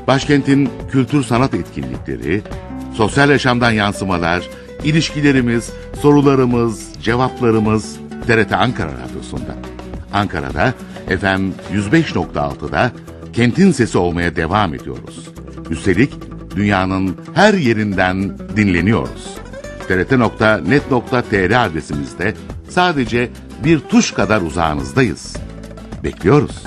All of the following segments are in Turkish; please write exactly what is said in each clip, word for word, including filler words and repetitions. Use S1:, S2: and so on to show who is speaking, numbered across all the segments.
S1: Başkentin kültür sanat etkinlikleri, sosyal yaşamdan yansımalar, ilişkilerimiz, sorularımız, cevaplarımız T R T Ankara Radyosu'nda. Ankara'da F M yüz beş nokta altıda kentin sesi olmaya devam ediyoruz. Üstelik dünyanın her yerinden dinleniyoruz. T R T nokta net nokta T R adresimizde sadece bir tuş kadar uzağınızdayız. Bekliyoruz.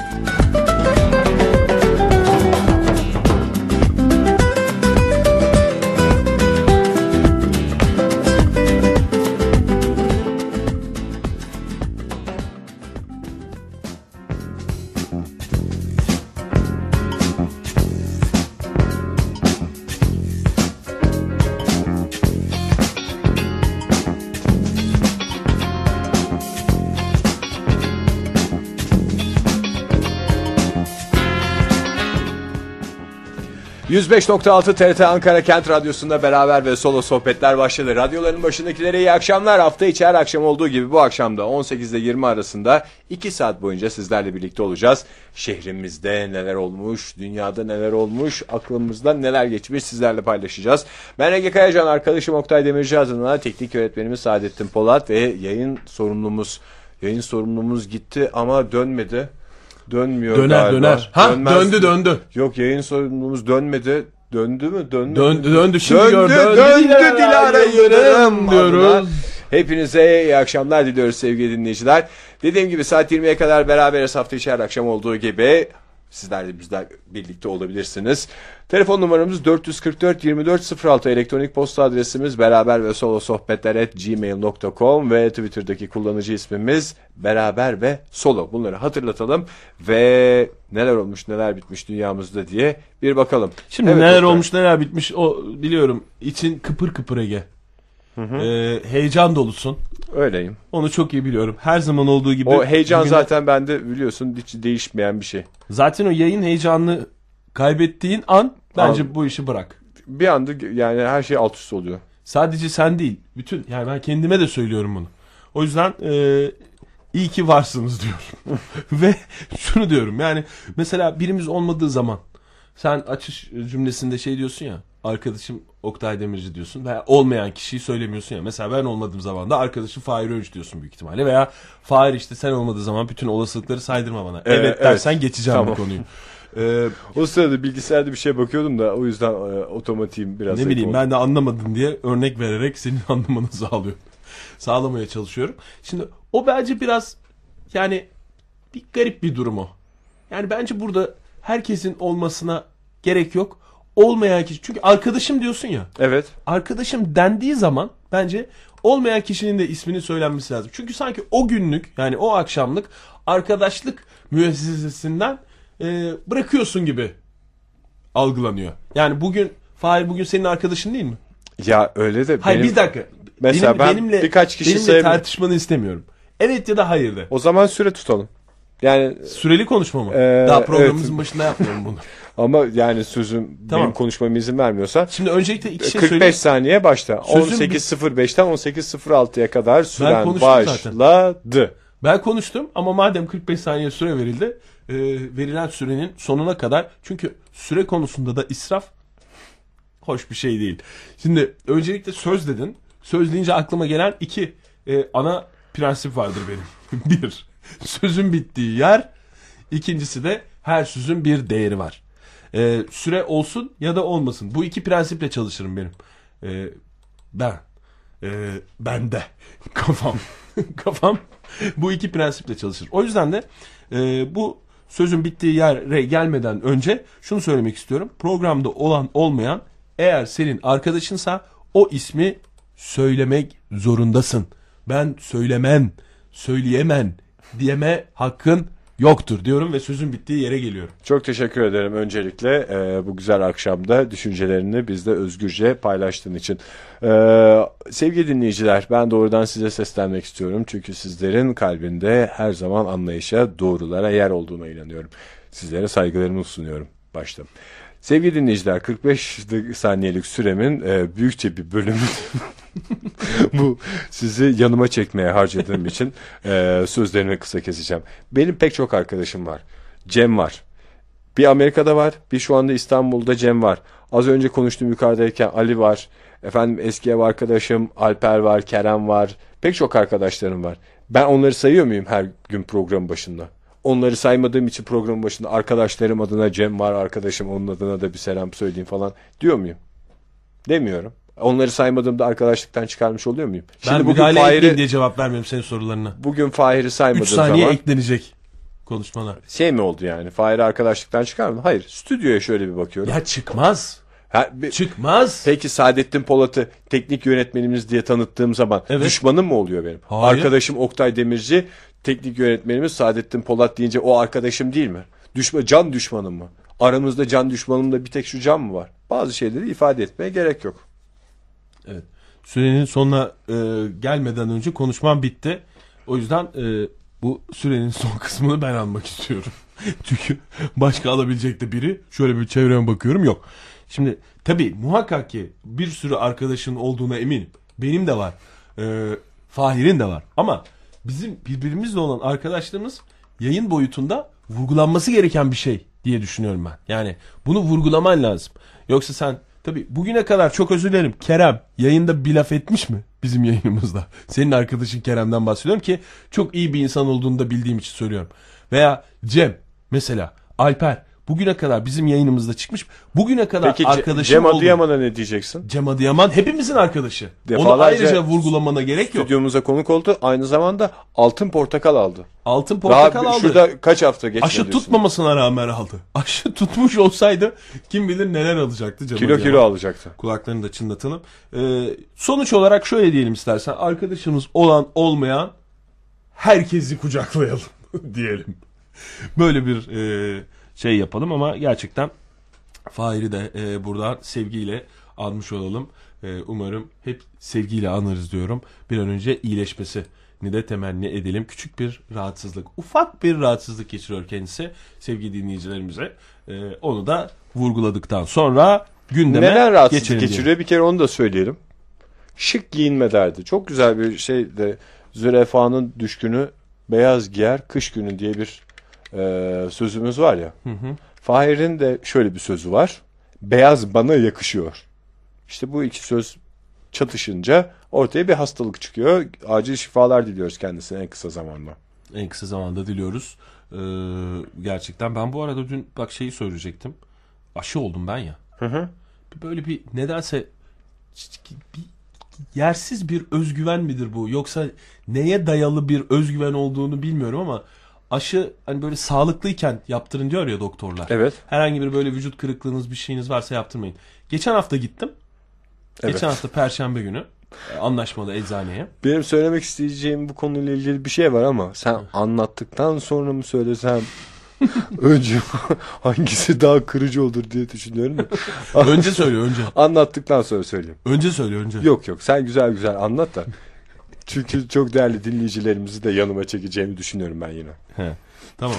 S2: yüz beş nokta altı T R T Ankara Kent Radyosu'nda beraber ve solo sohbetler başladı. Radyoların başındakilere iyi akşamlar. Hafta içi her akşam olduğu gibi bu akşam da on sekiz ile yirmi arasında iki saat boyunca sizlerle birlikte olacağız. Şehrimizde neler olmuş, dünyada neler olmuş, aklımızda neler geçmiş sizlerle paylaşacağız. Ben Ege Kayacan, arkadaşım Oktay Demirci adına teknik yönetmenimiz Saadettin Polat ve yayın sorumlumuz, yayın sorumlumuz gitti ama dönmedi. Dönmüyor
S3: döner,
S2: galiba.
S3: Döner ha
S2: Dönmez.
S3: döndü döndü.
S2: Yok, yayın sorumlumuz dönmedi. Döndü mü? Döndü.
S3: Döndü döndü şimdi
S2: döndü,
S3: gör.
S2: Döndü, döndü Dilara Yıldırım diyoruz. Hepinize iyi akşamlar diliyoruz sevgili dinleyiciler. Dediğim gibi saat yirmiye kadar beraberiz, hafta içi her akşam olduğu gibi. Sizler de bizler birlikte olabilirsiniz. Telefon numaramız dört kırk dört yirmi dört sıfır altı, elektronik posta adresimiz beraber ve solo sohbetler at gmail nokta com ve Twitter'daki kullanıcı ismimiz beraber ve solo. Bunları hatırlatalım ve neler olmuş neler bitmiş dünyamızda diye bir bakalım.
S3: Şimdi
S2: evet,
S3: neler
S2: Oktay.
S3: olmuş neler bitmiş o biliyorum, için kıpır kıpır Ege. Hı hı. Ee, heyecan dolusun.
S2: Öyleyim.
S3: Onu çok iyi biliyorum. Her zaman olduğu gibi.
S2: O heyecan
S3: bugün...
S2: zaten bende biliyorsun hiç değişmeyen bir şey.
S3: Zaten o yayın heyecanını kaybettiğin an bence An... bu işi bırak.
S2: Bir anda yani her şey alt üst oluyor.
S3: Sadece sen değil. Bütün, yani ben kendime de söylüyorum bunu. O yüzden e, iyi ki varsınız diyorum. Ve şunu diyorum, yani mesela birimiz olmadığı zaman sen açış cümlesinde şey diyorsun ya, arkadaşım Oktay Demirci diyorsun veya olmayan kişiyi söylemiyorsun ya. Mesela ben olmadığım zaman da arkadaşım Fahir Öğünç diyorsun büyük ihtimalle, veya Fahir işte sen olmadığı zaman bütün olasılıkları saydırma bana. Evet, evet dersen evet. Geçeceğim tamam. Bu konuyu.
S2: Ee, o sırada bilgisayarda bir şeye bakıyordum da o yüzden e, otomatiğim biraz...
S3: Ne bileyim oldu. Ben de anlamadım diye örnek vererek senin anlamanı sağlıyorum. Sağlamaya çalışıyorum. Şimdi o bence biraz yani bir garip bir durum o. Yani bence burada herkesin olmasına gerek yok. Olmayan kişi, çünkü arkadaşım diyorsun ya.
S2: Evet.
S3: Arkadaşım dendiği zaman bence olmayan kişinin de isminin söylenmesi lazım. Çünkü sanki o günlük, yani o akşamlık arkadaşlık müessesesinden e, bırakıyorsun gibi algılanıyor. Yani bugün Fahir bugün senin arkadaşın değil mi?
S2: Ya öyle de.
S3: Hayır benim, bir dakika.
S2: Mesela
S3: benim,
S2: ben
S3: benimle,
S2: birkaç kişi
S3: benimle
S2: sevmiyorum.
S3: tartışmanı istemiyorum. Evet ya da hayır de.
S2: O zaman süre tutalım. Yani
S3: süreli konuşma mı?
S2: Ee,
S3: Daha programımızın
S2: evet.
S3: başında yapmayalım bunu.
S2: Ama yani sözüm tamam. Benim konuşmama izin vermiyorsa.
S3: Şimdi öncelikle iki şey
S2: kırk beş
S3: söyleyeyim.
S2: saniye başta. on sekiz sıfır beşten on sekiz sıfır altıya kadar süren başladı. Zaten.
S3: Ben konuştum ama madem kırk beş saniye süre verildi, e, verilen sürenin sonuna kadar, çünkü süre konusunda da israf hoş bir şey değil. Şimdi öncelikle söz dedin. Söz deyince aklıma gelen iki e, ana prensip vardır benim. Bir, sözün bittiği yer. İkincisi de her sözün bir değeri var. Ee, süre olsun ya da olmasın. Bu iki prensiple çalışırım benim. Ee, ben. Ee, bende. Kafam. Kafam bu iki prensiple çalışır. O yüzden de e, bu sözün bittiği yere gelmeden önce şunu söylemek istiyorum. Programda olan olmayan, eğer senin arkadaşınsa o ismi söylemek zorundasın. Ben söylemen, söyleyemem diyeme hakkın yoktur diyorum ve sözün bittiği yere geliyorum.
S2: Çok teşekkür ederim öncelikle e, bu güzel akşamda düşüncelerini bizle özgürce paylaştığın için. E, sevgili dinleyiciler, ben doğrudan size seslenmek istiyorum. Çünkü sizlerin kalbinde her zaman anlayışa, doğrulara yer olduğuna inanıyorum. Sizlere saygılarımı sunuyorum başta. Sevgili dinleyiciler, kırk beş saniyelik süremin e, büyükçe bir bölümü bu sizi yanıma çekmeye harcadığım için e, sözlerimi kısa keseceğim. Benim pek çok arkadaşım var. Cem var. Bir Amerika'da var, bir şu anda İstanbul'da Cem var. Az önce konuştuğum yukarıdayken Ali var. Efendim eski ev arkadaşım Alper var, Kerem var. Pek çok arkadaşlarım var. Ben onları sayıyor muyum her gün program başında? Onları saymadığım için programın başında arkadaşlarım adına Cem var arkadaşım, onun adına da bir selam söyleyeyim falan diyor muyum? Demiyorum. Onları saymadığımda arkadaşlıktan çıkarmış oluyor muyum?
S3: Ben Şimdi bugün Fahir'i diye cevap vermiyorum senin sorularına.
S2: Bugün Fahir'i saymadığım
S3: üç saniye
S2: zaman
S3: eklenecek konuşmana.
S2: Şey mi oldu yani? Fahir'i arkadaşlıktan çıkar mı? Hayır. Stüdyoya şöyle bir bakıyorum.
S3: Ya çıkmaz.
S2: Ha, bir,
S3: çıkmaz.
S2: Peki Saadettin Polat'ı teknik yönetmenimiz diye tanıttığım zaman evet. düşmanım mı oluyor benim?
S3: Hayır.
S2: Arkadaşım Oktay Demirci, teknik yönetmenimiz Saadettin Polat deyince o arkadaşım değil mi? Düşman, can düşmanım mı? Aramızda can düşmanımda bir tek şu can mı var? Bazı şeyleri ifade etmeye gerek yok.
S3: Evet. Sürenin sonuna e, gelmeden önce konuşmam bitti. O yüzden e, bu sürenin son kısmını ben almak istiyorum. Çünkü başka alabilecek de biri, şöyle bir çevreme bakıyorum, yok. Şimdi tabii muhakkak ki bir sürü arkadaşın olduğuna eminim. Benim de var. E, Fahir'in de var. Ama bizim birbirimizle olan arkadaşlığımız yayın boyutunda vurgulanması gereken bir şey diye düşünüyorum ben. Yani bunu vurgulaman lazım. Yoksa sen tabii bugüne kadar, çok özür dilerim, Kerem yayında bir laf etmiş mi bizim yayınımızda? Senin arkadaşın Kerem'den bahsediyorum ki çok iyi bir insan olduğunu da bildiğim için söylüyorum. Veya Cem mesela, Alper bugüne kadar bizim yayınımızda çıkmış. Bugüne kadar
S2: Peki,
S3: arkadaşım
S2: Cem
S3: oldu.
S2: Adıyaman'a ne diyeceksin?
S3: Cem Adıyaman hepimizin arkadaşı.
S2: Defalarca
S3: onu ayrıca vurgulamana gerek yok.
S2: Stüdyomuza konuk oldu. Aynı zamanda Altın Portakal aldı.
S3: Altın Portakal
S2: Daha
S3: aldı.
S2: Şurada kaç hafta geçti?
S3: Aşı tutmamasına rağmen aldı. Aşı tutmuş olsaydı kim bilir neler alacaktı Cem
S2: Kilo
S3: Adıyaman.
S2: kilo alacaktı.
S3: Kulaklarını da çınlatalım. Ee, sonuç olarak şöyle diyelim istersen. Arkadaşımız olan olmayan herkesi kucaklayalım diyelim. Böyle bir e, şey yapalım ama gerçekten Fahir'i de e, buradan sevgiyle almış olalım. E, umarım hep sevgiyle anırız diyorum. Bir an önce iyileşmesini de temenni edelim. Küçük bir rahatsızlık, ufak bir rahatsızlık geçiriyor kendisi sevgili dinleyicilerimize. E, onu da vurguladıktan sonra gündeme
S2: neden rahatsızlık
S3: geçelim
S2: geçiriyor
S3: diyelim.
S2: Bir kere onu da söyleyelim. Şık giyinme derdi. Çok güzel bir şey de, zürefanın düşkünü beyaz giyer kış günü diye bir e, sözümüz var ya.
S3: Hı hı.
S2: Fahir'in de şöyle bir sözü var. Beyaz bana yakışıyor. İşte bu iki söz çatışınca ortaya bir hastalık çıkıyor. Acil şifalar diliyoruz kendisine en kısa zamanda.
S3: En kısa zamanda diliyoruz. Ee, gerçekten ben bu arada dün bak şeyi söyleyecektim. Aşı oldum ben ya.
S2: Hı hı.
S3: Böyle bir nedense bir yersiz bir özgüven midir bu? Yoksa neye dayalı bir özgüven olduğunu bilmiyorum ama aşı hani böyle sağlıklıyken yaptırın diyor ya doktorlar.
S2: Evet.
S3: Herhangi bir böyle vücut kırıklığınız bir şeyiniz varsa yaptırmayın. Geçen hafta gittim.
S2: Evet.
S3: Geçen hafta Perşembe günü anlaşmalı eczaneye.
S2: Benim söylemek isteyeceğim bu konuyla ilgili bir şey var ama sen anlattıktan sonra mı söylesem önce hangisi daha kırıcı olur diye düşünüyorum da.
S3: Önce söyle önce.
S2: Anlattıktan sonra söyleyeyim.
S3: Önce söyle önce.
S2: Yok yok sen güzel güzel anlat da. Çünkü çok değerli dinleyicilerimizi de yanıma çekeceğimi düşünüyorum ben yine.
S3: He, tamam.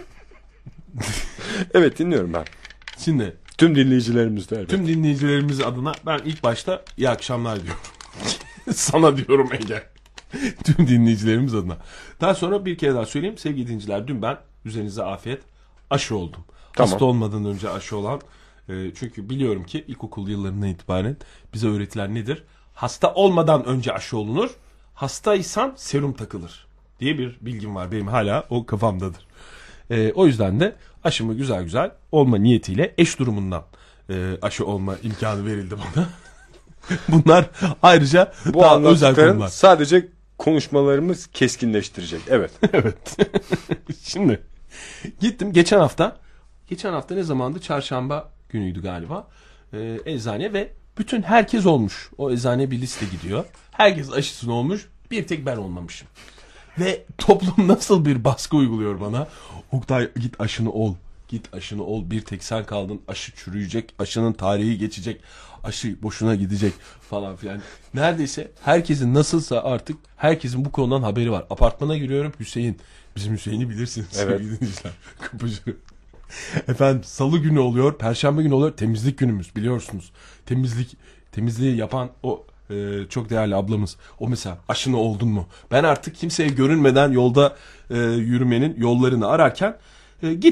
S2: Evet dinliyorum ben.
S3: Şimdi
S2: Tüm dinleyicilerimiz de. Evet.
S3: tüm dinleyicilerimiz adına ben ilk başta iyi akşamlar diyorum. Sana diyorum Ege. Tüm dinleyicilerimiz adına. Daha sonra bir kere daha söyleyeyim. Sevgili dinleyiciler, dün ben üzerinize afiyet aşı oldum.
S2: Tamam.
S3: Hasta olmadan önce aşı olan. E, çünkü biliyorum ki ilkokul yıllarından itibaren bize öğretilen nedir? Hasta olmadan önce aşı olunur. Hastaysan serum takılır diye bir bilgim var. Benim hala o kafamdadır. E, o yüzden de aşımı güzel güzel olma niyetiyle eş durumundan e, aşı olma imkanı verildi bana. Bunlar ayrıca
S2: bu
S3: daha özel
S2: anlattıkların
S3: konular.
S2: sadece konuşmalarımız keskinleştirecek. Evet.
S3: Evet. Şimdi gittim geçen hafta. Geçen hafta ne zamandı? Çarşamba günüydü galiba. E, eczane ve bütün herkes olmuş. O eczane bir liste gidiyor. Herkes aşısını olmuş. Bir tek ben olmamışım. Ve toplum nasıl bir baskı uyguluyor bana? Oktay git aşını ol. Git aşını ol. Bir tek sen kaldın. Aşı çürüyecek. Aşının tarihi geçecek. Aşı boşuna gidecek falan filan. Neredeyse herkesin nasılsa artık herkesin bu konudan haberi var. Apartmana giriyorum. Hüseyin. Bizim Hüseyin'i bilirsiniz.
S2: Evet.
S3: Sevgili dinleyiciler. Kapıcı. Efendim salı günü oluyor. Perşembe günü oluyor. Temizlik günümüz biliyorsunuz. Temizlik temizliği yapan o Ee, çok değerli ablamız. O mesela aşını oldun mu? Ben artık kimseye görünmeden yolda e, yürümenin yollarını ararken e, gittim.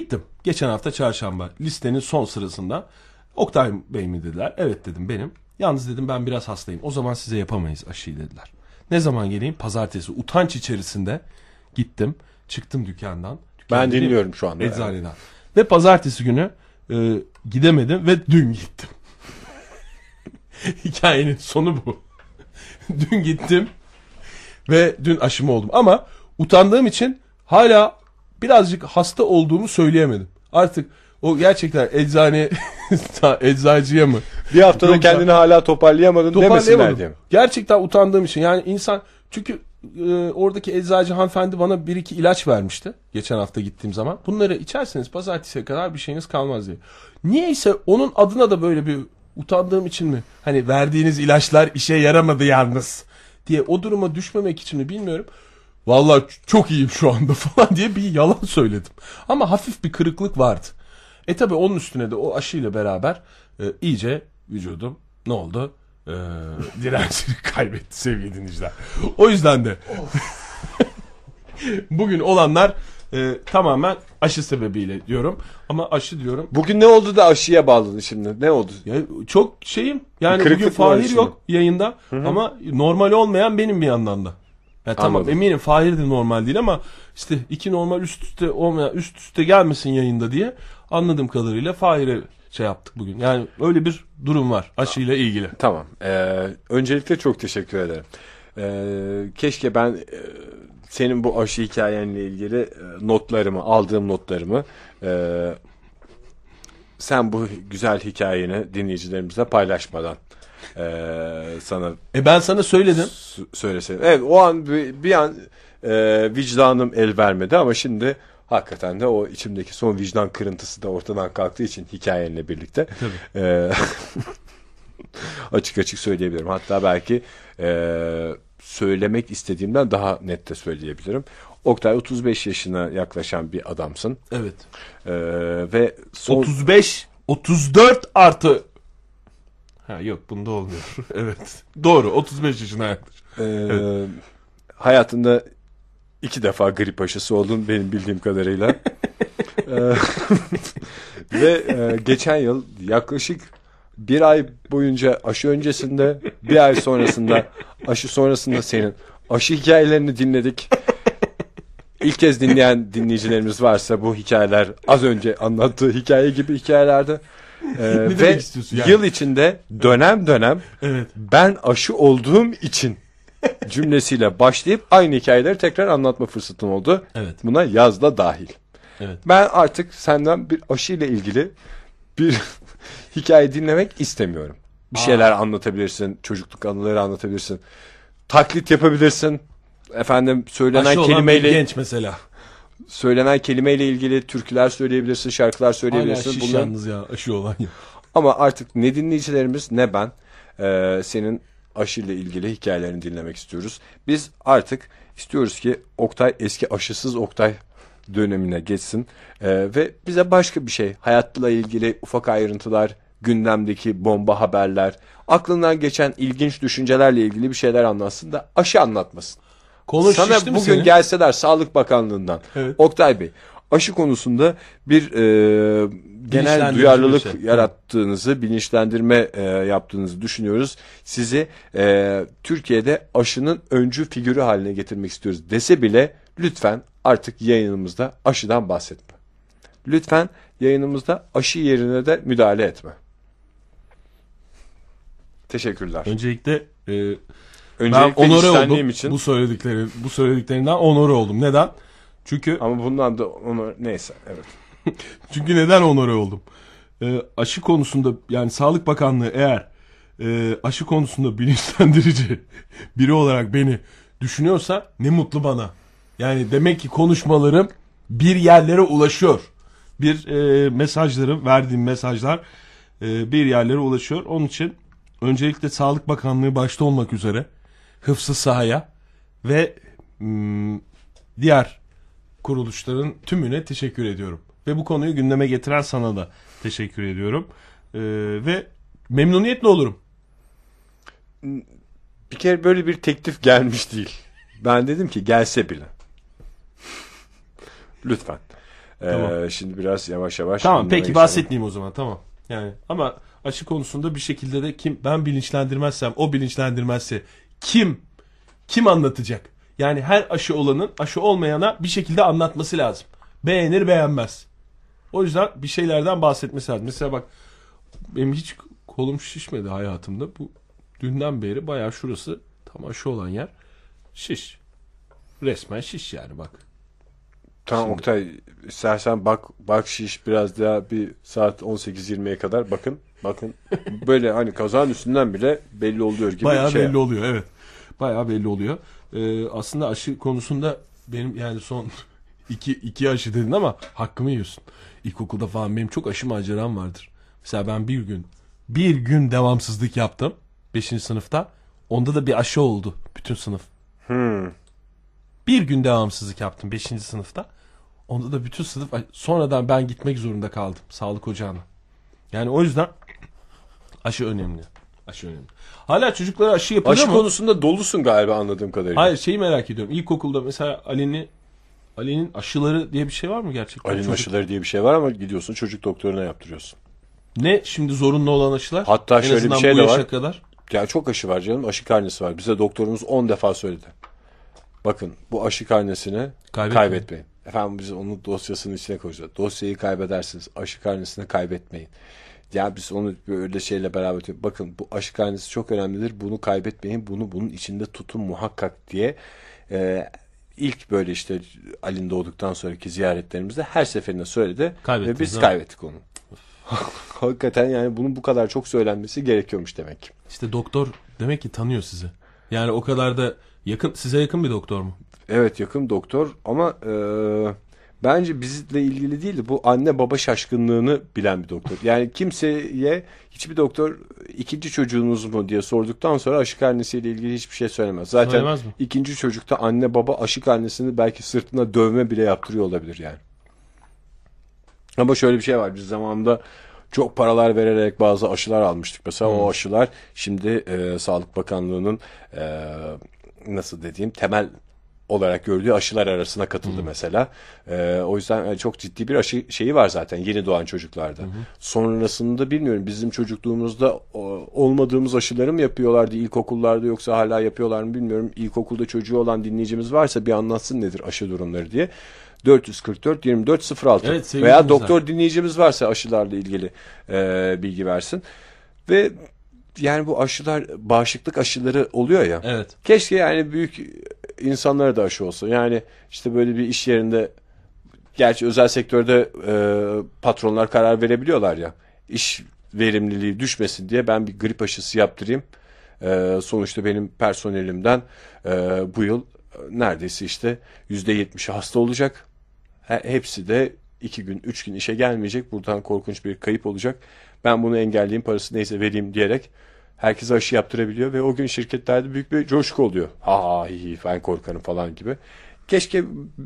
S3: geçen hafta çarşamba listenin son sırasında Oktay Bey mi dediler. Evet dedim benim. Yalnız dedim ben biraz hastayım. O zaman size yapamayız aşıyı dediler. Ne zaman geleyim? Pazartesi. Utanç içerisinde gittim. Çıktım dükkandan. Dükkan
S2: Ben
S3: dediğim,
S2: dinliyorum şu anda.
S3: eczaneden. Yani. Ve pazartesi günü e, gidemedim ve dün gittim. Hikayenin sonu bu. Dün gittim ve dün aşımı oldum. Ama utandığım için hala birazcık hasta olduğumu söyleyemedim. Artık o gerçekten eczane eczacıya mı?
S2: Bir haftada
S3: Yoksa,
S2: kendini hala toparlayamadın demesinler diye mi?
S3: Gerçekten utandığım için. Yani insan çünkü e, oradaki eczacı hanımefendi bana bir iki ilaç vermişti. Geçen hafta gittiğim zaman. Bunları içerseniz pazartesiye kadar bir şeyiniz kalmaz diye. Niyeyse onun adına da böyle bir utandığım için mi? Hani verdiğiniz ilaçlar işe yaramadı yalnız diye o duruma düşmemek için mi bilmiyorum. Vallahi çok iyiyim şu anda falan diye bir yalan söyledim. Ama hafif bir kırıklık vardı. E tabi onun üstüne de o aşıyla beraber e, iyice vücudum ne oldu? E, direncini kaybetti sevgili dinleyiciler. O yüzden de bugün olanlar e, tamamen aşı sebebiyle diyorum. Ama aşı diyorum.
S2: Bugün ne oldu da aşıya bağladın şimdi? Ne oldu?
S3: Ya çok şeyim. Yani
S2: Kırıklık
S3: bugün
S2: var
S3: Fahir
S2: içinde.
S3: yok yayında. Hı-hı. Ama normal olmayan benim bir yandan da. Ya tamam
S2: Anladım.
S3: eminim Fahir de normal değil ama işte iki normal üst üste olmayan üst üste gelmesin yayında diye anladığım kadarıyla Fahir'e şey yaptık bugün. Yani öyle bir durum var aşıyla ilgili.
S2: Tamam. Ee, öncelikle çok teşekkür ederim. Ee, keşke ben e, senin bu aşı hikayenle ilgili e, notlarımı, aldığım notlarımı e, sen bu güzel hikayeni dinleyicilerimizle paylaşmadan e, sana
S3: E ben sana söyledim.
S2: s- söyleseydim. Evet, o an bir, bir an e, vicdanım el vermedi ama şimdi hakikaten de o içimdeki son vicdan kırıntısı da ortadan kalktığı için hikayenle birlikte e, açık açık söyleyebilirim. Hatta belki e, söylemek istediğimden daha net de söyleyebilirim. Oktay otuz beş yaşına yaklaşan bir adamsın.
S3: Evet.
S2: E, ve son...
S3: otuz beş otuz dört artı ha yok bunda olmuyor. Evet. Doğru otuz beş yaşına yaklaşık.
S2: e,
S3: Evet.
S2: Hayatında iki defa grip aşısı oldun benim bildiğim kadarıyla. e, ve e, geçen yıl yaklaşık bir ay boyunca aşı öncesinde, bir ay sonrasında, aşı sonrasında senin aşı hikayelerini dinledik. İlk kez dinleyen dinleyicilerimiz varsa bu hikayeler az önce anlattığı hikaye gibi hikayelerdi. Ee,
S3: Ne
S2: ve
S3: demek istiyorsun yani?
S2: yıl içinde dönem dönem
S3: Evet.
S2: ben aşı olduğum için cümlesiyle başlayıp aynı hikayeleri tekrar anlatma fırsatın oldu.
S3: Evet.
S2: Buna yazda dahil.
S3: Evet.
S2: Ben artık senden bir aşı ile ilgili bir hikaye dinlemek istemiyorum. Bir şeyler anlatabilirsin, çocukluk anıları anlatabilirsin. Taklit yapabilirsin. Efendim söylenen
S3: Aşı olan bir
S2: kelimeyle
S3: genç mesela.
S2: söylenen kelimeyle ilgili türküler söyleyebilirsin, şarkılar
S3: Hala
S2: söyleyebilirsin.
S3: şiş
S2: Bunlar...
S3: yalnız ya aşı olan ya.
S2: Ama artık ne dinleyicilerimiz ne ben e, senin aşıyla ilgili hikayelerini dinlemek istiyoruz. Biz artık istiyoruz ki Oktay eski aşısız Oktay dönemine geçsin e, ve bize başka bir şey, hayatla ilgili ufak ayrıntılar, gündemdeki bomba haberler, aklından geçen ilginç düşüncelerle ilgili bir şeyler anlatsın da aşı anlatmasın.
S3: Konu
S2: Sana
S3: şişti mi
S2: bugün
S3: senin?
S2: gelseler Sağlık Bakanlığı'ndan,
S3: Evet.
S2: Oktay Bey aşı konusunda bir e, genel
S3: Bilinçlendirici
S2: duyarlılık
S3: bir şey.
S2: yarattığınızı, bilinçlendirme e, yaptığınızı düşünüyoruz. Sizi e, Türkiye'de aşının öncü figürü haline getirmek istiyoruz dese bile lütfen artık yayınımızda aşıdan bahsetme. Lütfen yayınımızda aşı yerine de müdahale etme. Teşekkürler.
S3: Öncelikle e, ben
S2: Öncelikle
S3: onore
S2: işlendiğim
S3: oldum.
S2: için.
S3: Bu söyledikleri bu söylediklerinden onore oldum. Neden? Çünkü
S2: Ama bundan da onu neyse evet.
S3: çünkü neden onore oldum? E, aşı konusunda yani Sağlık Bakanlığı eğer e, aşı konusunda bilinçlendirici biri olarak beni düşünüyorsa ne mutlu bana. Yani demek ki konuşmalarım bir yerlere ulaşıyor. Bir e, mesajlarım, verdiğim mesajlar e, bir yerlere ulaşıyor. Onun için öncelikle Sağlık Bakanlığı başta olmak üzere hıfzı sahaya ve mm, diğer kuruluşların tümüne teşekkür ediyorum. Ve bu konuyu gündeme getiren sana da teşekkür ediyorum. Ee, ve memnuniyetle olurum.
S2: Bir kere böyle bir teklif gelmiş değil. Ben dedim ki gelse bile. Lütfen.
S3: Tamam.
S2: Şimdi biraz yavaş yavaş.
S3: Tamam peki
S2: geçelim.
S3: bahsetmeyeyim o zaman, tamam. Yani ama aşı konusunda bir şekilde de kim ben bilinçlendirmezsem, o bilinçlendirmezse kim kim anlatacak? Yani her aşı olanın aşı olmayana bir şekilde anlatması lazım. Beğenir beğenmez. O yüzden bir şeylerden bahsetmesi lazım. Mesela bak, benim hiç kolum şişmedi hayatımda. Bu dünden beri bayağı şurası tam aşı olan yer şiş. Resmen şiş yani bak.
S2: Tamam
S3: Şimdi-
S2: Oktay, istersen bak bak şiş biraz daha bir saat on sekiz yirmiye kadar bakın. Bakın böyle hani kazağın üstünden bile belli oluyor gibi
S3: Bayağı
S2: bir şey.
S3: belli oluyor, evet. Bayağı belli oluyor. Ee, aslında aşı konusunda benim yani son iki, iki aşı dedin ama hakkımı yiyorsun. İlkokulda falan benim çok aşı maceram vardır. Mesela ben bir gün bir gün devamsızlık yaptım. Beşinci sınıfta. Onda da bir aşı oldu bütün sınıf.
S2: Hmm.
S3: Bir gün devamsızlık yaptım beşinci sınıfta. Onda da bütün sınıf, sonradan ben gitmek zorunda kaldım sağlık ocağına. Yani o yüzden aşı önemli. Aşı önemli. Hala çocuklara aşı yapılıyor
S2: Aşı
S3: mu?
S2: konusunda dolusun galiba anladığım kadarıyla.
S3: Hayır, şeyi merak ediyorum. İlkokulda mesela Ali'nin Ali'nin aşıları diye bir şey var mı gerçekten?
S2: Ali'nin
S3: Çocuk-
S2: aşıları diye bir şey var ama gidiyorsun çocuk doktoruna yaptırıyorsun.
S3: Ne şimdi zorunlu olan aşılar?
S2: Hatta
S3: En
S2: şöyle bir
S3: azından
S2: şey
S3: bu
S2: de
S3: yaşa
S2: var.
S3: kadar.
S2: Ya çok aşı var canım. Aşı karnesi var. Bize doktorumuz on defa söyledi. Bakın bu aşı karnesini
S3: Kaybetmeyin.
S2: kaybetmeyin. Efendim biz onu dosyasının içine koyacağız. Dosyayı kaybedersiniz. Aşı karnesini kaybetmeyin. Ya biz onu böyle şeyle beraber diyor. Bakın bu aşı karnesi çok önemlidir. Bunu kaybetmeyin. Bunu bunun içinde tutun muhakkak diye. Ee, ilk böyle işte Ali'nin doğduktan sonraki ziyaretlerimizde her seferinde söyledi. Ve
S3: Kaybettiniz,
S2: biz
S3: ha?
S2: kaybettik onu. Hakikaten yani bunun bu kadar çok söylenmesi gerekiyormuş demek ki.
S3: İşte doktor demek ki tanıyor sizi. Yani o kadar da yakın, size yakın bir doktor mu?
S2: Evet yakın doktor ama e, bence bizle ilgili değil de bu anne baba şaşkınlığını bilen bir doktor. Yani kimseye hiçbir doktor ikinci çocuğunuz mu diye sorduktan sonra aşı karnesiyle ilgili hiçbir şey söylemez. Zaten
S3: Söylemez mi?
S2: ikinci çocukta anne baba aşı karnesini belki sırtına dövme bile yaptırıyor olabilir yani. Ama şöyle bir şey var, biz zamanında çok paralar vererek bazı aşılar almıştık. Mesela
S3: Hmm.
S2: o aşılar şimdi e, Sağlık Bakanlığı'nın e, nasıl dediğim temel olarak gördüğü aşılar arasına katıldı
S3: Hmm.
S2: mesela. E, o yüzden e, çok ciddi bir aşı şeyi var zaten yeni doğan çocuklarda. Sonrasında bilmiyorum, bizim çocukluğumuzda o, olmadığımız aşıları mı yapıyorlardı ilkokullarda yoksa hala yapıyorlar mı bilmiyorum. İlkokulda çocuğu olan dinleyicimiz varsa bir anlatsın nedir aşı durumları diye. dört yüz kırk dört yirmi dört sıfır altı
S3: Evet, sevgili
S2: veya
S3: dinleyiciler.
S2: doktor dinleyicimiz varsa aşılarla ilgili e, bilgi versin. Ve yani bu aşılar bağışıklık aşıları oluyor ya.
S3: Evet.
S2: Keşke yani büyük insanlara da aşı olsa. Yani işte böyle bir iş yerinde, gerçi özel sektörde e, patronlar karar verebiliyorlar ya. İş verimliliği düşmesin diye ben bir grip aşısı yaptırayım. E, sonuçta benim personelimden e, bu yıl neredeyse işte yüzde yetmişi hasta olacak. He- Hepsi de iki gün, üç gün işe gelmeyecek. Buradan korkunç bir kayıp olacak. Ben bunu engelleyeyim, parası neyse vereyim diyerek herkese aşı yaptırabiliyor ve o gün şirketlerde büyük bir coşku oluyor. Ha hi hi ben korkarım falan gibi. Keşke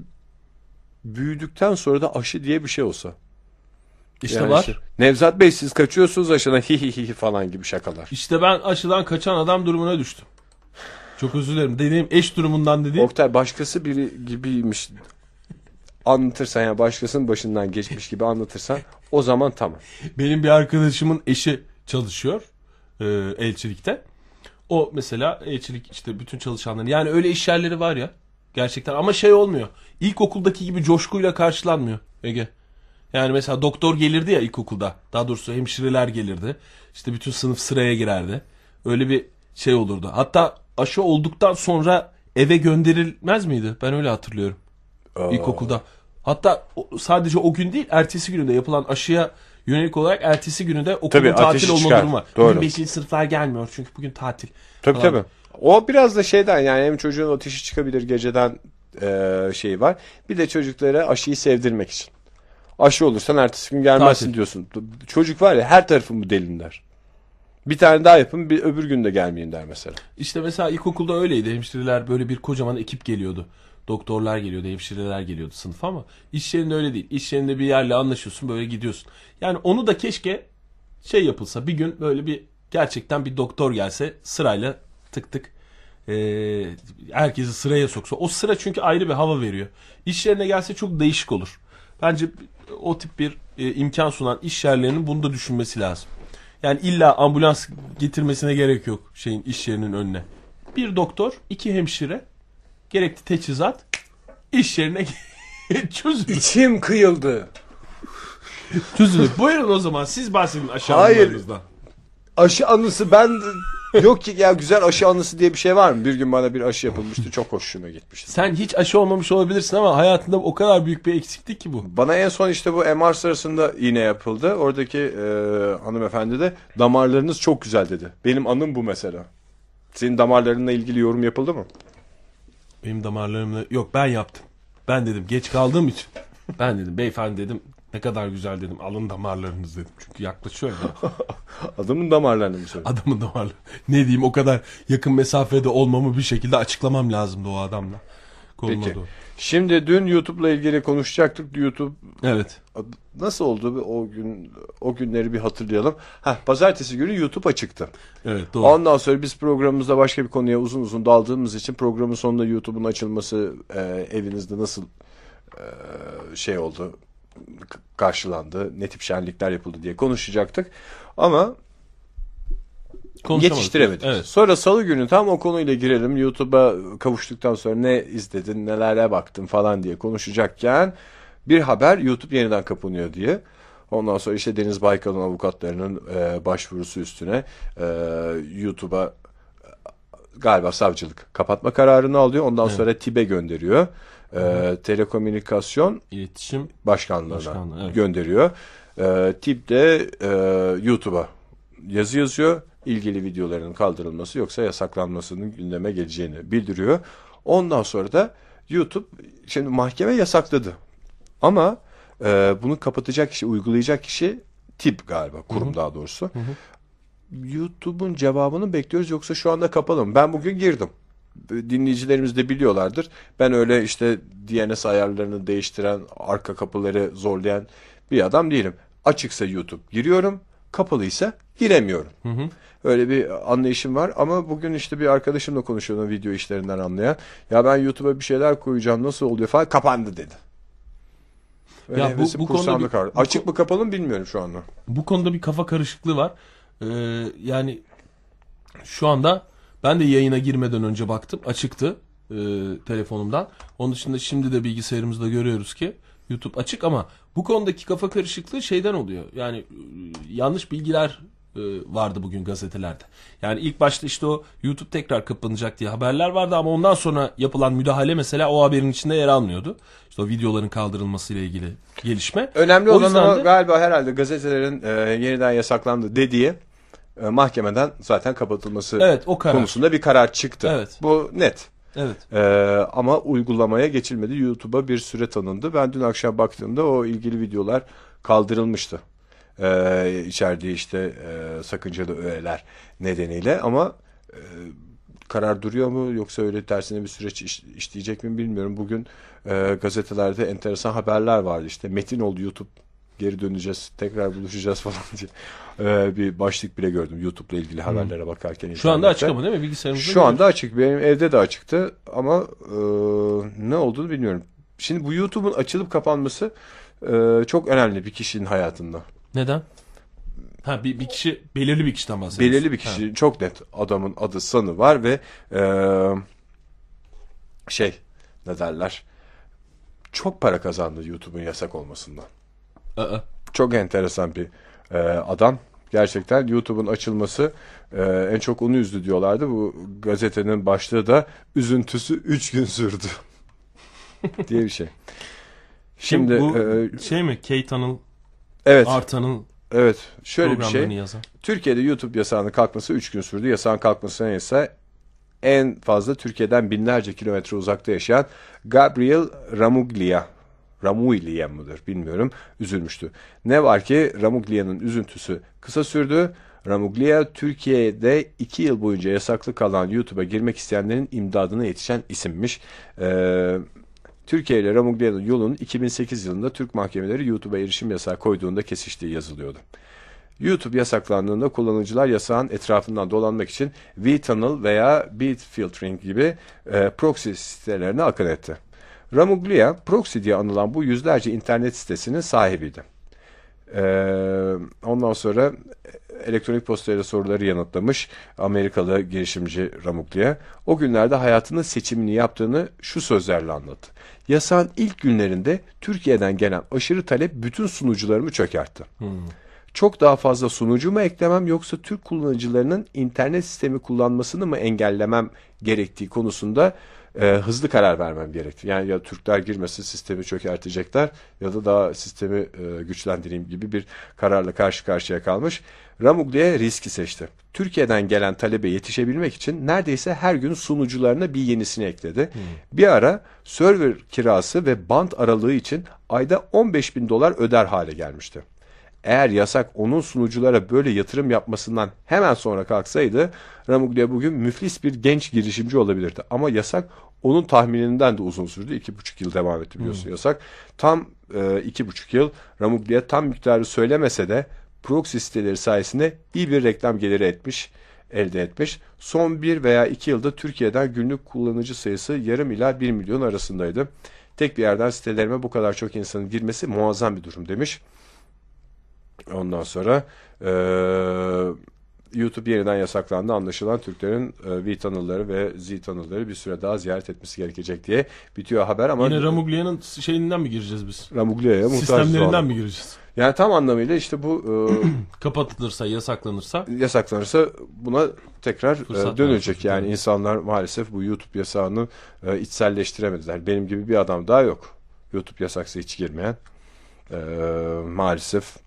S2: büyüdükten sonra da aşı diye bir şey olsa.
S3: İşte
S2: Yani
S3: var.
S2: işte, Nevzat Bey siz kaçıyorsunuz aşıdan hi hi hi falan gibi şakalar.
S3: İşte ben aşıdan kaçan adam durumuna düştüm. Çok özür dilerim. Dediğim eş durumundan dediğim.
S2: Oktay başkası biri gibiymiş anlatırsan, yani başkasının başından geçmiş gibi anlatırsan o zaman tamam.
S3: Benim bir arkadaşımın eşi çalışıyor e, elçilikte. O mesela elçilik işte bütün çalışanların, yani öyle iş yerleri var ya gerçekten, ama şey olmuyor. İlkokuldaki gibi coşkuyla karşılanmıyor Ege. Yani mesela doktor gelirdi ya ilkokulda. Daha doğrusu hemşireler gelirdi. İşte bütün sınıf sıraya girerdi. Öyle bir şey olurdu. Hatta aşı olduktan sonra eve gönderilmez miydi? Ben öyle hatırlıyorum.
S2: Aa.
S3: İlkokulda. Hatta o- sadece o gün değil, ertesi günü de yapılan aşıya yönelik olarak ertesi günü de okulun
S2: Tabii,
S3: tatil
S2: ateşi
S3: olma
S2: çıkar.
S3: durumu var.
S2: Doğru.
S3: Bugün beşinci sınıflar gelmiyor çünkü bugün tatil.
S2: Tabii
S3: falan.
S2: tabii. O biraz da şeyden, yani hem çocuğun ateşi çıkabilir geceden e, şeyi var. Bir de çocuklara aşıyı sevdirmek için. Aşı olursan ertesi gün gelmezsin
S3: Tatil.
S2: diyorsun. Çocuk var ya, her tarafım bu delin der. Bir tane daha yapın, bir öbür gün de gelmeyin der mesela.
S3: İşte mesela ilkokulda öyleydi. Hemşireler, böyle bir kocaman ekip geliyordu. Doktorlar geliyordu, hemşireler geliyordu sınıfa, ama iş yerinde öyle değil. İş yerinde bir yerle anlaşıyorsun, böyle gidiyorsun. Yani onu da keşke şey yapılsa, bir gün böyle bir gerçekten bir doktor gelse sırayla tık tık eee herkesi sıraya soksa. O sıra çünkü ayrı bir hava veriyor. İş yerine gelse çok değişik olur. Bence o tip bir e, imkan sunan iş yerlerinin bunu da düşünmesi lazım. Yani illa ambulans getirmesine gerek yok şeyin iş yerinin önüne. Bir doktor, iki hemşire, gerekli teçhizat iş yerine çözülür.
S2: İçim kıyıldı.
S3: Çözülür. Buyurun o zaman siz bahsedin aşağı
S2: Hayır.
S3: anılarınızdan.
S2: Aşı anısı ben yok ki ya, güzel aşı anısı diye bir şey var mı? Bir gün bana bir aşı yapılmıştı, çok hoşuma gitmişti.
S3: Sen hiç aşı olmamış olabilirsin ama hayatında o kadar büyük bir eksiklik ki bu.
S2: Bana en son işte bu M R sırasında iğne yapıldı. Oradaki e, hanımefendi de damarlarınız çok güzel dedi. Benim anım bu mesela. Senin damarlarınla ilgili yorum yapıldı mı?
S3: Benim damarlarımla yok, ben yaptım. Ben dedim geç kaldığım için. Ben dedim beyefendi dedim ne kadar güzel dedim, alın damarlarınız dedim. Çünkü yaklaşıyor ya.
S2: Adamın damarlarını mı söyledin?
S3: Adamın damarları. Ne diyeyim, o kadar yakın mesafede olmamı bir şekilde açıklamam lazımdı o adamla. Konuma
S2: Peki.
S3: doğru.
S2: Şimdi dün YouTube'la ilgili konuşacaktık. YouTube
S3: Evet.
S2: nasıl oldu o gün, o günleri bir hatırlayalım. Heh, pazartesi günü YouTube açıktı.
S3: Evet doğru.
S2: Ondan sonra biz programımızda başka bir konuya uzun uzun daldığımız için programın sonunda YouTube'un açılması e, evinizde nasıl e, şey oldu, k- karşılandı, ne tip şenlikler yapıldı diye konuşacaktık. Ama
S3: Konuşamadık.
S2: yetiştiremedik.
S3: Evet.
S2: Sonra salı günü tam o konuyla girelim. YouTube'a kavuştuktan sonra ne izledin, nelere baktın falan diye konuşacakken bir haber YouTube yeniden kapanıyor diye. Ondan sonra işte Deniz Baykal'ın avukatlarının e, başvurusu üstüne e, YouTube'a e, galiba savcılık kapatma kararını alıyor. Ondan
S3: Evet.
S2: sonra TİB'e gönderiyor. E, Telekomünikasyon
S3: İletişim
S2: Başkanlığı'na
S3: Başkanlığı, evet.
S2: gönderiyor. E, TİB de e, YouTube'a yazı yazıyor. İlgili videoların kaldırılması yoksa yasaklanmasının gündeme geleceğini bildiriyor. Ondan sonra da YouTube şimdi mahkeme yasakladı. Ama e, bunu kapatacak kişi, uygulayacak kişi TİB galiba, kurum daha doğrusu. YouTube'un cevabını bekliyoruz, yoksa şu anda kapalı mı? Ben bugün girdim. Dinleyicilerimiz de biliyorlardır. Ben öyle işte D N S ayarlarını değiştiren, arka kapıları zorlayan bir adam değilim. Açıksa YouTube giriyorum, kapalıysa giremiyorum.
S3: Hı hı.
S2: Öyle bir anlayışım var ama bugün işte bir arkadaşımla konuşuyordum, video işlerinden anlayan. Ya ben YouTube'a bir şeyler koyacağım, nasıl oluyor falan, kapandı dedi. Öyle
S3: Ya bu-
S2: hevesim
S3: bu konuda
S2: kursağımda
S3: bir-
S2: kaldı.
S3: bu
S2: Açık
S3: ko-
S2: mı kapalı mı bilmiyorum şu anda.
S3: Bu konuda bir kafa karışıklığı var. Ee, yani şu anda ben de yayına girmeden önce baktım. Açıktı e, telefonumdan. Onun dışında şimdi de bilgisayarımızda görüyoruz ki YouTube açık, ama bu konudaki kafa karışıklığı şeyden oluyor. Yani e, yanlış bilgiler e, vardı bugün gazetelerde. Yani ilk başta işte o YouTube tekrar kapanacak diye haberler vardı ama ondan sonra yapılan müdahale mesela o haberin içinde yer almıyordu. İşte o videoların kaldırılmasıyla ilgili gelişme.
S2: Önemli
S3: O
S2: olan
S3: yüzden
S2: ama
S3: de-
S2: galiba herhalde gazetelerin e, yeniden yasaklandı dediği e, mahkemeden zaten kapatılması
S3: Evet, o karar.
S2: konusunda bir karar çıktı.
S3: Evet.
S2: Bu net.
S3: Evet.
S2: E, ama uygulamaya geçilmedi. YouTube'a bir süre tanındı. Ben dün akşam baktığımda o ilgili videolar kaldırılmıştı. E, içerdiği işte e, sakıncalı öğeler nedeniyle, ama e, karar duruyor mu yoksa öyle tersine bir süreç iş, işleyecek mi bilmiyorum. Bugün e, gazetelerde enteresan haberler vardı. İşte metin oldu, YouTube geri döneceğiz, tekrar buluşacağız falan diye e, bir başlık bile gördüm YouTube'la ilgili haberlere bakarken.
S3: Şu anda
S2: internette.
S3: açık ama değil mi? Bilgisayarımızda
S2: Şu anda açık. Benim evde de açıktı ama e, ne olduğunu bilmiyorum. Şimdi bu YouTube'un açılıp kapanması e, çok önemli bir kişinin hayatında.
S3: Neden? Ha bir, bir kişi, belirli bir kişiden bahsediyorsun.
S2: Belirli bir kişi, çok net adamın adı sanı var ve e, şey ne derler, çok para kazandı YouTube'un yasak olmasından.
S3: Ha. Aa.
S2: Çok enteresan bir e, adam. Gerçekten YouTube'un açılması e, en çok onu üzdü diyorlardı. Bu gazetenin başlığı da üzüntüsü üç gün sürdü diye bir şey. Şimdi
S3: Şimdi bu
S2: e,
S3: şey mi? K-Tunnel,
S2: evet
S3: R-Tunnel
S2: evet şöyle bir
S3: programlarını
S2: şey.
S3: yazan.
S2: Türkiye'de YouTube yasağının kalkması üç gün sürdü. Yasağın kalkmasına ise en fazla Türkiye'den binlerce kilometre uzakta yaşayan Gabriel Ramuglia, Ramuglia mıdır bilmiyorum, üzülmüştü. Ne var ki Ramuglia'nın üzüntüsü kısa sürdü. Ramuglia Türkiye'de iki yıl boyunca yasaklı kalan YouTube'a girmek isteyenlerin imdadına yetişen isimmiş. Ee, Türkiye ile Ramuglia'nın yolunun iki bin sekiz yılında Türk mahkemeleri YouTube'a erişim yasağı koyduğunda kesiştiği yazılıyordu. YouTube yasaklandığında kullanıcılar yasağın etrafından dolanmak için vTunnel veya Beat Filtering gibi e, proxy sitelerine akın etti. Ramuglia, proxy diye anılan bu yüzlerce internet sitesinin sahibiydi. Ee, ondan sonra elektronik postayla soruları yanıtlamış Amerikalı girişimci Ramuglia. O günlerde hayatının seçimini yaptığını şu sözlerle anlattı. Yasağın ilk günlerinde Türkiye'den gelen aşırı talep bütün sunucularımı çökertti. Hmm. Çok daha fazla sunucu mu eklemem yoksa Türk kullanıcılarının internet sistemi kullanmasını mı engellemem gerektiği konusunda e, hızlı karar vermem gerekti. Yani ya Türkler girmesin sistemi çökertecekler ya da daha sistemi e, güçlendireyim gibi bir kararla karşı karşıya kalmış. Ramuglia riski seçti. Türkiye'den gelen talebe yetişebilmek için neredeyse her gün sunucularına bir yenisini ekledi. Hmm. Bir ara server kirası ve band aralığı için ayda on beş bin dolar öder hale gelmişti. Eğer yasak onun sunuculara böyle yatırım yapmasından hemen sonra kalksaydı Ramuglia bugün müflis bir genç girişimci olabilirdi. Ama yasak onun tahmininden de uzun sürdü. İki buçuk yıl devam etti biliyorsun hmm. yasak. Tam e, iki buçuk yıl Ramuglia tam miktarı söylemese de proxy siteleri sayesinde iyi bir reklam geliri etmiş, elde etmiş. Son bir veya iki yılda Türkiye'den günlük kullanıcı sayısı yarım ila bir milyon arasındaydı. Tek bir yerden sitelerime bu kadar çok insanın girmesi muazzam bir durum demiş. Ondan sonra e, YouTube yeniden yasaklandı. Anlaşılan Türklerin e, V tunnel'ları ve Z tunnel'ları bir süre daha ziyaret etmesi gerekecek diye bitiyor haber ama
S3: yine Ramuglia'nın şeyinden mi gireceğiz biz?
S2: Ramuglia'ya muhtaç
S3: sistemlerinden mi gireceğiz?
S2: Yani tam anlamıyla işte bu
S3: e, kapatılırsa, yasaklanırsa
S2: yasaklanırsa buna tekrar e, dönecek. Yani tabii. İnsanlar maalesef bu YouTube yasağını e, içselleştiremediler. Benim gibi bir adam daha yok. YouTube yasaksa hiç girmeyen. E, maalesef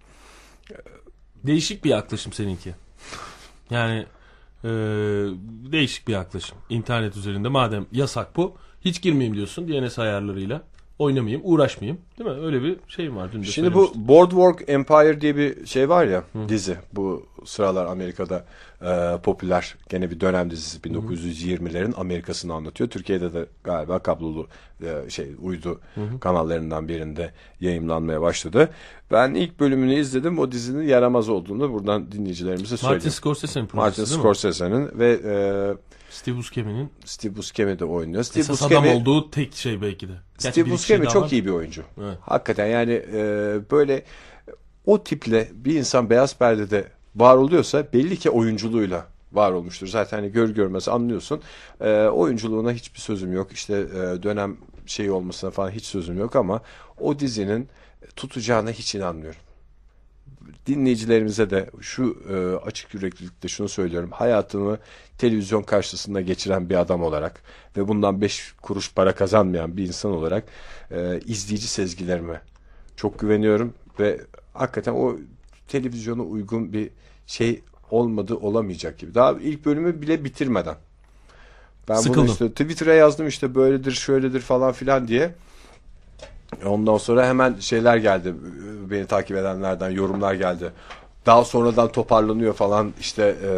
S3: değişik bir yaklaşım seninki. Yani e, değişik bir yaklaşım. İnternet üzerinde madem yasak bu, hiç girmeyeyim diyorsun D N S ayarlarıyla. Oynamayayım, uğraşmayayım. Değil mi? Öyle bir şey var. Dün de
S2: Şimdi bu Boardwalk Empire diye bir şey var ya, Hı. dizi. Bu sıralar Amerika'da e, popüler. Gene bir dönem dizisi. bin dokuz yüz yirmilerin Amerika'sını anlatıyor. Türkiye'de de galiba kablolu e, şey uydu Hı. kanallarından birinde yayımlanmaya başladı. Ben ilk bölümünü izledim. O dizinin yaramaz olduğunu buradan dinleyicilerimize söyleyeyim.
S3: Martin Scorsese'nin projesi
S2: Martin Scorsese'nin ve e,
S3: Steve Buscemi'nin
S2: Steve Buscemi de oynuyor. Steve
S3: Esas
S2: Buscemi,
S3: adam olduğu tek şey belki de.
S2: Gerçi Steve Buscemi şey çok var. iyi bir oyuncu. Evet. Hakikaten yani e, böyle o tiple bir insan beyaz perdede var oluyorsa belli ki oyunculuğuyla var olmuştur. Zaten hani gör görmez anlıyorsun. E, oyunculuğuna hiçbir sözüm yok. İşte e, dönem şeyi olmasına falan hiç sözüm yok ama o dizinin tutacağına hiç inanmıyorum. Dinleyicilerimize de şu e, açık yüreklilikle şunu söylüyorum. Hayatımı televizyon karşısında geçiren bir adam olarak ve bundan beş kuruş para kazanmayan bir insan olarak e, izleyici sezgilerime çok güveniyorum ve hakikaten o televizyona uygun bir şey olmadı olamayacak gibi. Daha ilk bölümü bile bitirmeden. Ben
S3: Sıkıldım.
S2: bunu işte Twitter'a yazdım işte böyledir şöyledir falan filan diye. Ondan sonra hemen şeyler geldi. Beni takip edenlerden yorumlar geldi. Daha sonradan toparlanıyor falan işte e,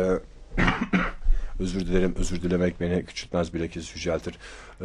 S2: özür dilerim. Özür dilemek beni küçültmez bilakis yüceltir. E,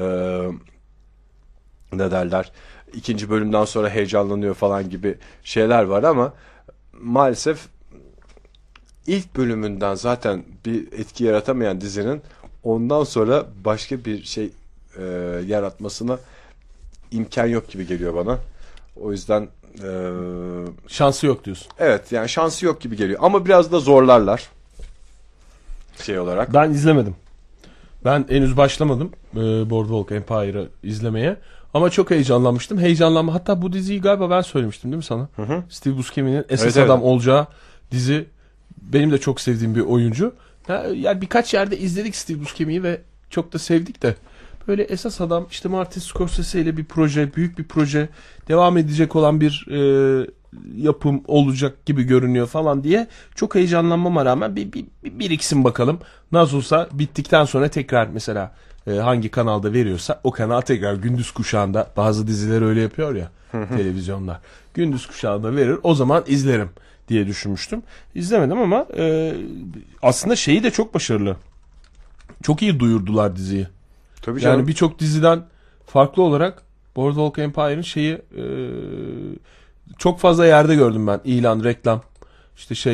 S2: ne derler? İkinci bölümden sonra heyecanlanıyor falan gibi şeyler var ama maalesef ilk bölümünden zaten bir etki yaratamayan dizinin ondan sonra başka bir şey e, yaratmasına imkan yok gibi geliyor bana. O yüzden e,
S3: şansı yok diyorsun.
S2: Evet yani şansı yok gibi geliyor. Ama biraz da zorlarlar. Şey olarak.
S3: Ben izlemedim. Ben henüz başlamadım e, Boardwalk Empire'ı izlemeye. Ama çok heyecanlanmıştım. Heyecanlanma. Hatta bu diziyi galiba ben söylemiştim değil mi sana? Hı hı. Steve Buscemi'nin esas evet, adam evet. olacağı dizi. Benim de çok sevdiğim bir oyuncu. Yani birkaç yerde izledik Steve Buscemi'yi ve çok da sevdik de. Böyle esas adam işte Martin Scorsese ile bir proje, büyük bir proje, devam edecek olan bir e, yapım olacak gibi görünüyor falan diye çok heyecanlanmama rağmen bir, bir, bir biriksin bakalım. Nasıl olsa bittikten sonra tekrar mesela e, hangi kanalda veriyorsa o kanal tekrar gündüz kuşağında, bazı diziler öyle yapıyor ya televizyonlar. Gündüz kuşağında verir, o zaman izlerim diye düşünmüştüm. İzlemedim ama e, aslında şeyi de çok başarılı. Çok iyi duyurdular diziyi.
S2: Tabii
S3: yani birçok diziden farklı olarak Boardwalk Empire'ın şeyi e, çok fazla yerde gördüm ben. İlan, reklam, işte şey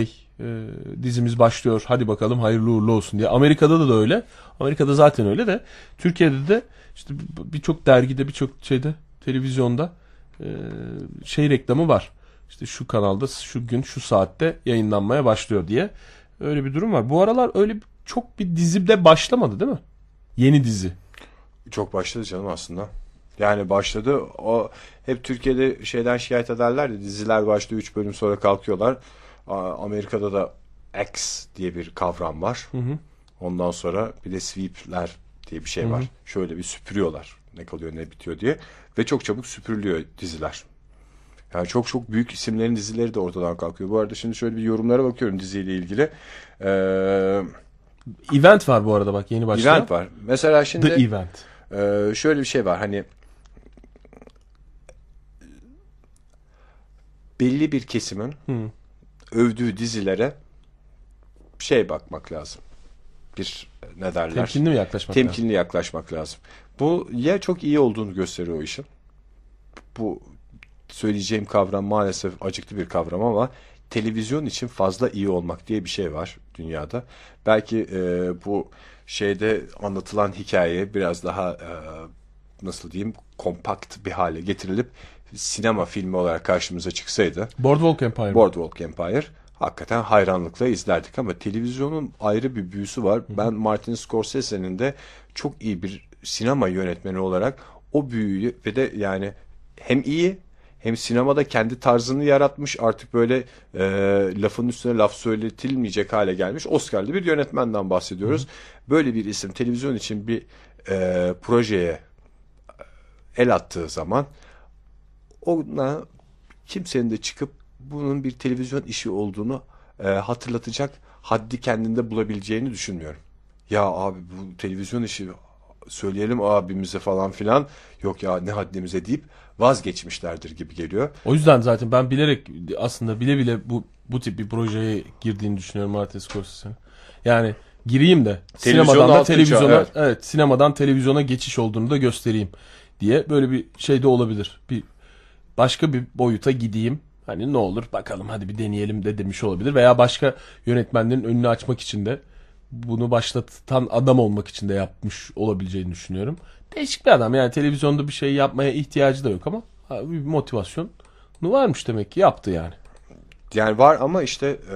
S3: e, dizimiz başlıyor. Hadi bakalım hayırlı uğurlu olsun diye. Amerika'da da, da öyle. Amerika'da zaten öyle de. Türkiye'de de işte birçok dergide, birçok şeyde, televizyonda e, şey reklamı var. İşte şu kanalda şu gün şu saatte yayınlanmaya başlıyor diye. Öyle bir durum var. Bu aralar öyle çok bir dizide başlamadı değil mi? Yeni dizi.
S2: Çok başladı canım aslında. Yani başladı. O hep Türkiye'de şeyden şikayet ederler de, diziler başlıyor üç bölüm sonra kalkıyorlar. Amerika'da da X diye bir kavram var. Hı hı. Ondan sonra bir de sweep'ler diye bir şey var. Hı hı. Şöyle bir süpürüyorlar. Ne kalıyor ne bitiyor diye. Ve çok çabuk süpürülüyor diziler. Yani çok çok büyük isimlerin dizileri de ortadan kalkıyor. Bu arada şimdi şöyle bir yorumlara bakıyorum diziyle ilgili. Ee,
S3: Event var bu arada bak, yeni başlayan.
S2: Event var. Mesela şimdi
S3: The Event.
S2: E, şöyle bir şey var. Hani belli bir kesimin hmm. övdüğü dizilere şey bakmak lazım. Bir ne derler?
S3: Temkinli mi yaklaşmak
S2: Temkinli
S3: lazım?
S2: yaklaşmak lazım. Bu ya çok iyi olduğunu gösteriyor o işin. Bu söyleyeceğim kavram maalesef acıklı bir kavram ama televizyon için fazla iyi olmak diye bir şey var dünyada. Belki e, bu şeyde anlatılan hikaye biraz daha e, nasıl diyeyim, kompakt bir hale getirilip sinema filmi olarak karşımıza çıksaydı.
S3: Boardwalk Empire.
S2: Boardwalk Empire. Hakikaten hayranlıkla izlerdik ama televizyonun ayrı bir büyüsü var. Hı-hı. Ben Martin Scorsese'nin de çok iyi bir sinema yönetmeni olarak o büyüyü ve de yani hem iyi hem sinemada kendi tarzını yaratmış, artık böyle e, lafın üstüne laf söyletilmeyecek hale gelmiş Oscar'lı bir yönetmenden bahsediyoruz. Hı-hı. Böyle bir isim televizyon için bir e, projeye el attığı zaman ona kimsenin de çıkıp bunun bir televizyon işi olduğunu e, hatırlatacak haddi kendinde bulabileceğini düşünmüyorum. Ya abi bu televizyon işi, söyleyelim abimize falan filan, yok ya ne haddimize deyip vazgeçmişlerdir gibi geliyor.
S3: O yüzden zaten ben bilerek, aslında bile bile bu bu tip bir projeye girdiğini düşünüyorum Martin Scorsese'nin. Yani gireyim de sinemadan da televizyona, evet. evet sinemadan televizyona geçiş olduğunu da göstereyim diye böyle bir şey de olabilir. Bir başka bir boyuta gideyim. Hani ne olur bakalım hadi bir deneyelim de demiş olabilir. Veya başka yönetmenlerin önünü açmak için de, bunu başlatan adam olmak için de yapmış olabileceğini düşünüyorum. Değişik bir adam, yani televizyonda bir şey yapmaya ihtiyacı da yok ama bir motivasyonu varmış demek ki, yaptı yani.
S2: Yani var ama işte e,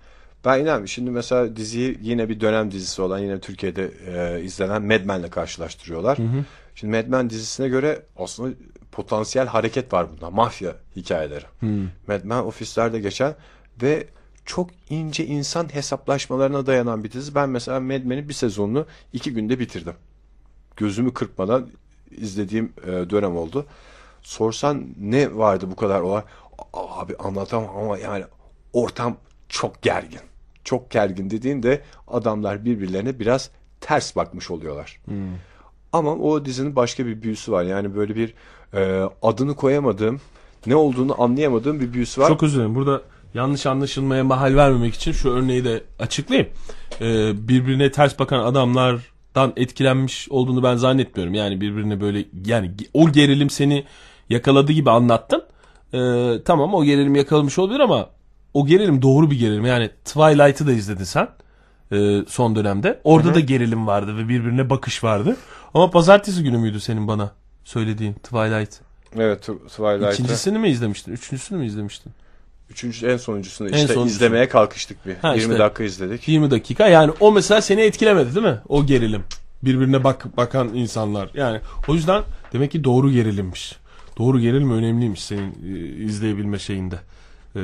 S2: ben inanmıyorum. Şimdi mesela diziyi yine bir dönem dizisi olan, yine Türkiye'de e, izlenen Mad Men'le karşılaştırıyorlar. Hı hı. Şimdi Mad Men dizisine göre aslında potansiyel hareket var bunda. Mafya hikayeleri. Hmm. Mad Men ofislerde geçen ve çok ince insan hesaplaşmalarına dayanan bir dizi. Ben mesela Mad Men'in bir sezonunu iki günde bitirdim. Gözümü kırpmadan izlediğim e, dönem oldu. Sorsan ne vardı bu kadar olay? Abi anlatamam ama yani ortam çok gergin. Çok gergin dediğinde adamlar birbirlerine biraz ters bakmış oluyorlar. Hmm. Ama o dizinin başka bir büyüsü var. Yani böyle bir e, adını koyamadığım, ne olduğunu anlayamadığım bir büyüsü var.
S3: Çok özür dilerim. Burada yanlış anlaşılmaya mahal vermemek için şu örneği de açıklayayım. Ee, birbirine ters bakan adamlardan etkilenmiş olduğunu ben zannetmiyorum. Yani birbirine böyle, yani o gerilim seni yakaladı gibi anlattın. Ee, tamam, o gerilim yakalamış olabilir ama o gerilim doğru bir gerilim. Yani Twilight'ı da izledin sen e, son dönemde. Orada Hı-hı. da gerilim vardı ve birbirine bakış vardı. Ama pazartesi günü müydü senin bana söylediğin Twilight?
S2: Evet, Twilight'ı.
S3: İkincisini mi izlemiştin? Üçüncüsünü mü izlemiştin?
S2: Üçüncü, en sonuncusunu en işte sonuncusunu. izlemeye kalkıştık bir. Ha, yirmi işte, dakika izledik.
S3: yirmi dakika. Yani o mesela seni etkilemedi değil mi? O gerilim. Birbirine bak bakan insanlar. Yani o yüzden demek ki doğru gerilimmiş. Doğru gerilim önemliymiş senin e, izleyebilme şeyinde. E,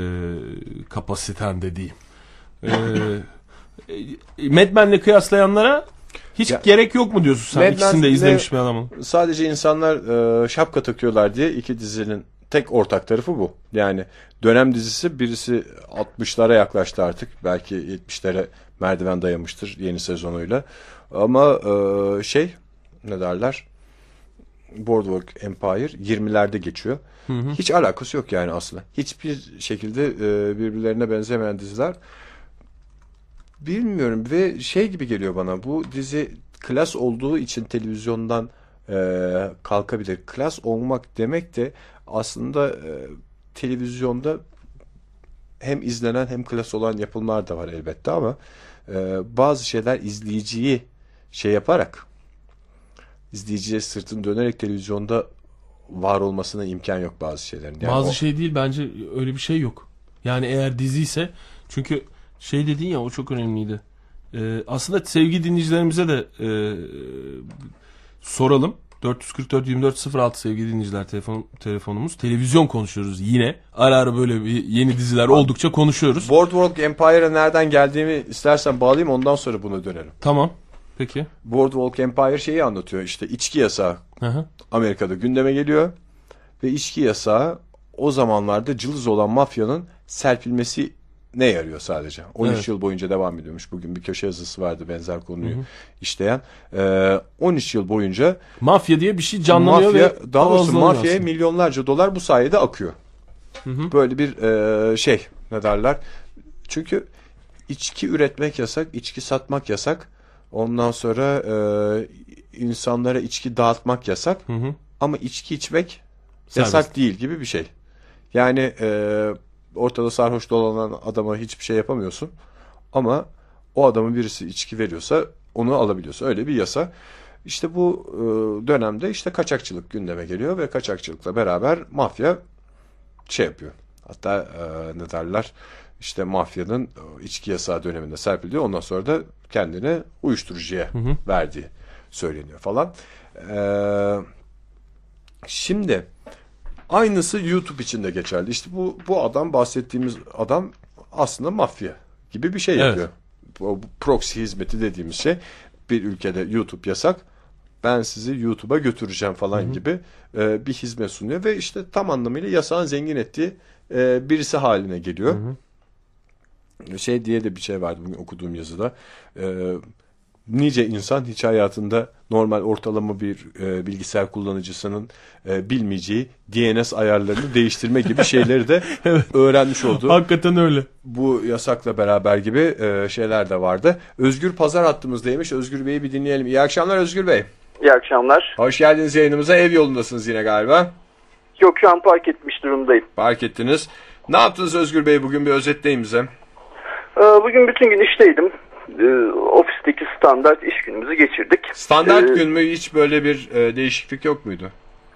S3: kapasiten dediğim. E, Mad Men'le kıyaslayanlara hiç ya, gerek yok mu diyorsun sen? Mad İkisini de izlemiş bir adamın.
S2: Sadece insanlar e, şapka takıyorlar diye iki dizinin tek ortak tarafı bu. Yani dönem dizisi, birisi altmışlara yaklaştı artık. Belki yetmişlere merdiven dayamıştır yeni sezonuyla. Ama e, şey ne derler? Boardwalk Empire yirmilerde geçiyor. Hı hı. Hiç alakası yok yani aslında. Hiçbir şekilde e, birbirlerine benzemeyen diziler. Bilmiyorum ve şey gibi geliyor bana, bu dizi klas olduğu için televizyondan e, kalkabilir. Klas olmak demek de aslında e, televizyonda hem izlenen hem klas olan yapımlar da var elbette ama e, bazı şeyler izleyiciyi şey yaparak, izleyiciye sırtını dönerek televizyonda var olmasına imkan yok bazı şeylerin. Yani
S3: bazı
S2: o...
S3: şey değil, bence öyle bir şey yok. Yani eğer diziyse, çünkü şey dedin ya, o çok önemliydi. Ee, aslında sevgili dinleyicilerimize de e, soralım. dört yüz kırk dört yirmi dört sıfır altı sevgili dinleyiciler, telefon, telefonumuz. Televizyon konuşuyoruz yine. Ara ara böyle bir yeni diziler oldukça konuşuyoruz.
S2: Boardwalk Empire'a nereden geldiğimi istersen bağlayayım, ondan sonra buna dönelim.
S3: Tamam. Peki.
S2: Boardwalk Empire şeyi anlatıyor, işte içki yasağı
S3: Hı-hı.
S2: Amerika'da gündeme geliyor ve içki yasağı o zamanlarda cılız olan mafyanın serpilmesi ne yarıyor sadece. on üç evet. yıl boyunca devam ediyormuş. Bugün bir köşe yazısı vardı benzer konuyu Hı-hı. işleyen. Ee, on üç yıl boyunca
S3: mafya diye bir şey canlanıyor
S2: mafya,
S3: ve
S2: daha doğrusu mafyaya milyonlarca dolar bu sayede akıyor. Hı-hı. Böyle bir e, şey, ne derler? Çünkü içki üretmek yasak, içki satmak yasak. Ondan sonra e, insanlara içki dağıtmak yasak. Hı hı. Ama içki içmek yasak Serbest. değil gibi bir şey. Yani e, ortada sarhoş dolanan adama hiçbir şey yapamıyorsun. Ama o adamın birisi içki veriyorsa onu alabiliyorsun. Öyle bir yasa. İşte bu e, dönemde işte kaçakçılık gündeme geliyor ve kaçakçılıkla beraber mafya şey yapıyor. Hatta e, ne derler? İşte mafyanın içki yasağı döneminde serpildiği, ondan sonra da kendini uyuşturucuya hı hı. verdiği söyleniyor falan. Ee, şimdi aynısı YouTube için de geçerli. İşte bu bu adam, bahsettiğimiz adam aslında mafya gibi bir şey yapıyor. Evet. Bu proxy hizmeti dediğimiz şey, bir ülkede YouTube yasak, ben sizi YouTube'a götüreceğim falan hı hı. gibi e, bir hizmet sunuyor ve işte tam anlamıyla yasağın zengin ettiği e, birisi haline geliyor. Hı hı. Şey diye de bir şey vardı bugün okuduğum yazıda. Ee, nice insan hiç hayatında normal ortalama bir e, bilgisayar kullanıcısının e, bilmeyeceği D N S ayarlarını değiştirme gibi şeyleri de evet. öğrenmiş oldu.
S3: Hakikaten öyle.
S2: Bu yasakla beraber gibi e, şeyler de vardı. Özgür Pazar hattımızdaymış. Özgür Bey'i bir dinleyelim. İyi akşamlar Özgür Bey.
S4: İyi akşamlar.
S2: Hoş geldiniz yayınımıza. Ev yolundasınız yine galiba.
S4: Yok, şu an park etmiş durumdayım.
S2: Park ettiniz. Ne yaptınız Özgür Bey? Bugün bir özetleyin bize.
S4: Bugün bütün gün işteydim. Ofisteki standart iş günümüzü geçirdik.
S2: Standart ee, gün mü? Hiç böyle bir e, değişiklik yok muydu?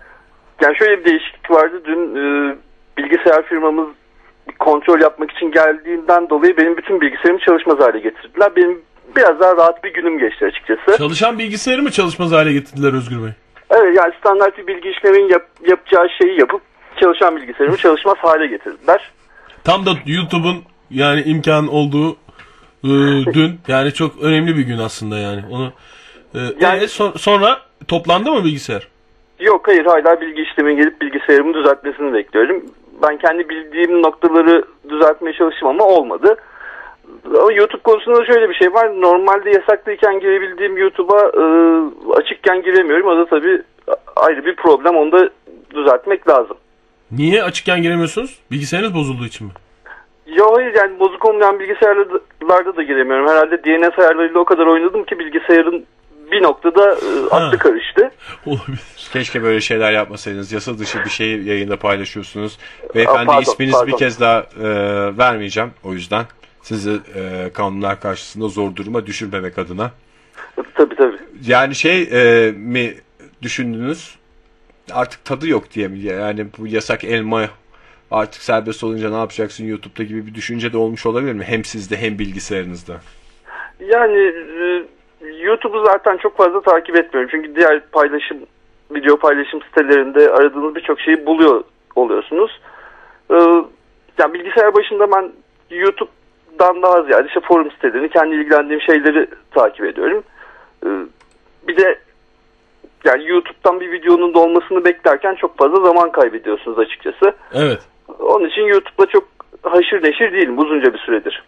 S4: Yani şöyle bir değişiklik vardı. Dün e, bilgisayar firmamız kontrol yapmak için geldiğinden dolayı benim bütün bilgisayarımı çalışmaz hale getirdiler. Benim biraz daha rahat bir günüm geçti açıkçası.
S3: Çalışan bilgisayarı mı çalışmaz hale getirdiler Özgür Bey?
S4: Evet, yani standart bir bilgi işlemin yap, yapacağı şeyi yapıp çalışan bilgisayarımı çalışmaz hale getirdiler.
S3: Tam da YouTube'un yani imkan olduğu e, dün, yani çok önemli bir gün aslında yani. Onu e, yani, e, son, sonra toplandı mı bilgisayar?
S4: Yok, hayır, hala bilgi işlemin gelip bilgisayarımı düzeltmesini bekliyorum. Ben kendi bildiğim noktaları düzeltmeye çalıştım ama olmadı. Ama YouTube konusunda şöyle bir şey var. Normalde yasaklıyken girebildiğim YouTube'a e, açıkken giremiyorum. O da tabii ayrı bir problem. Onu da düzeltmek lazım.
S3: Niye açıkken giremiyorsunuz? Bilgisayarınız bozulduğu için mi?
S4: Yok, hayır, yani bozuk olmayan bilgisayarlarda da giremiyorum. Herhalde D N S ayarlarıyla o kadar oynadım ki bilgisayarın bir noktada e, aklı karıştı.
S3: Olabilir.
S2: Keşke böyle şeyler yapmasaydınız. Yasa dışı bir şeyi yayında paylaşıyorsunuz. Beyefendi,
S4: pardon,
S2: isminizi
S4: pardon.
S2: bir kez daha e, vermeyeceğim. O yüzden sizi e, kanunlar karşısında zor duruma düşürmemek adına.
S4: Tabii tabii.
S2: Yani şey e, mi düşündünüz? Artık tadı yok diye mi? Yani bu yasak elma artık serbest olunca ne yapacaksın YouTube'da gibi bir düşünce de olmuş olabilir mi? Hem sizde hem bilgisayarınızda.
S4: Yani e, YouTube'u zaten çok fazla takip etmiyorum. Çünkü diğer paylaşım, video paylaşım sitelerinde aradığınız birçok şeyi buluyor oluyorsunuz. E, yani bilgisayar başında ben YouTube'dan daha ziyade işte forum sitelerini, kendi ilgilendiğim şeyleri takip ediyorum. E, bir de yani YouTube'dan bir videonun dolmasını beklerken çok fazla zaman kaybediyorsunuz açıkçası.
S3: Evet.
S4: Onun için YouTube'da çok haşır neşir değilim uzunca bir süredir.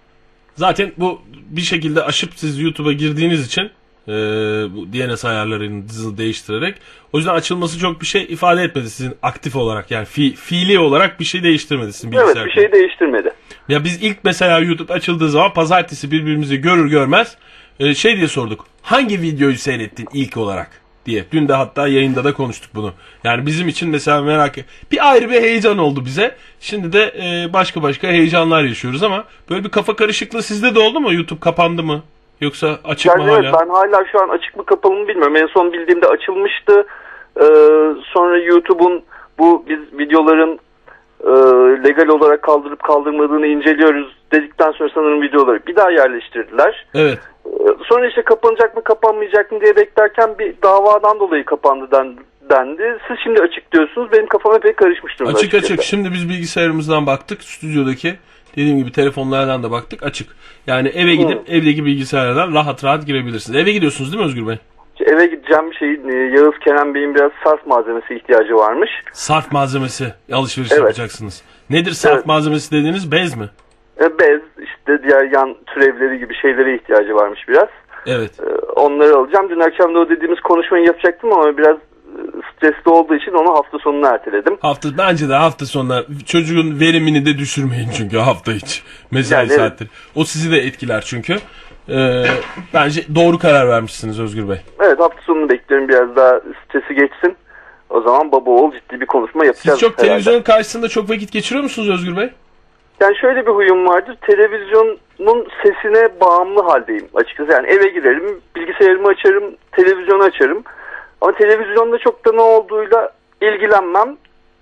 S3: Zaten bu bir şekilde aşıp siz YouTube'a girdiğiniz için e, bu D N S ayarlarını hızlı değiştirerek, o yüzden açılması çok bir şey ifade etmedi sizin aktif olarak, yani fi, fiili olarak bir şey değiştirmedi sizin bilgisayar.
S4: Evet, bir şey değiştirmedi.
S3: Ya biz ilk mesela YouTube açıldığı zaman pazartesi birbirimizi görür görmez e, şey diye sorduk. Hangi videoyu seyrettin ilk olarak? diye. Dün de hatta yayında da konuştuk bunu. Yani bizim için mesela merak bir ayrı bir heyecan oldu bize. Şimdi de e, başka başka heyecanlar yaşıyoruz ama böyle bir kafa karışıklığı sizde de oldu mu? YouTube kapandı mı? Yoksa açık
S4: yani
S3: mı
S4: evet,
S3: hala?
S4: ben hala şu an açık mı kapalı mı bilmiyorum. En son bildiğimde açılmıştı. Ee, sonra YouTube'un bu biz videoların e, legal olarak kaldırıp kaldırmadığını inceliyoruz dedikten sonra sanırım videoları bir daha yerleştirdiler.
S3: Evet.
S4: Ee, sonra işte kapanacak mı kapanmayacak mı diye beklerken bir davadan dolayı kapandı den, dendi. Siz şimdi açık diyorsunuz. Benim kafam epey karışmış durumda.
S3: Açık
S4: açıkçası.
S3: açık. Şimdi biz bilgisayarımızdan baktık. Stüdyodaki dediğim gibi telefonlardan da baktık. Açık. Yani eve gidip Hı. evdeki bilgisayardan rahat rahat girebilirsiniz. Eve gidiyorsunuz değil mi Özgür Bey?
S4: Eve gideceğim bir şey. Yağız Kenan Bey'in biraz sarf malzemesi ihtiyacı varmış.
S3: Sarf malzemesi alışveriş
S4: evet.
S3: yapacaksınız. Nedir sarf
S4: evet.
S3: malzemesi dediğiniz? Bez mi?
S4: E, bez, işte diğer yan türevleri gibi şeylere ihtiyacı varmış biraz.
S3: Evet.
S4: E, onları alacağım. Dün akşam da o dediğimiz konuşmayı yapacaktım ama biraz stresli olduğu için onu hafta sonuna erteledim.
S3: Hafta bence de hafta sonuna çocuğun verimini de düşürmeyin çünkü hafta içi mesai yani, saatleri. Evet. O sizi de etkiler çünkü. Ee, bence doğru karar vermişsiniz Özgür Bey.
S4: Evet, hafta sonunu bekliyorum, biraz daha stresi geçsin. O zaman baba oğul ciddi bir konuşma yapacağız.
S3: Siz çok
S4: herhalde.
S3: televizyonun karşısında çok vakit geçiriyor musunuz Özgür Bey?
S4: Yani şöyle bir huyum vardır. Televizyonun sesine bağımlı haldeyim açıkçası. Yani eve girerim, bilgisayarımı açarım, televizyonu açarım. Ama televizyonda çok da ne olduğuyla ilgilenmem.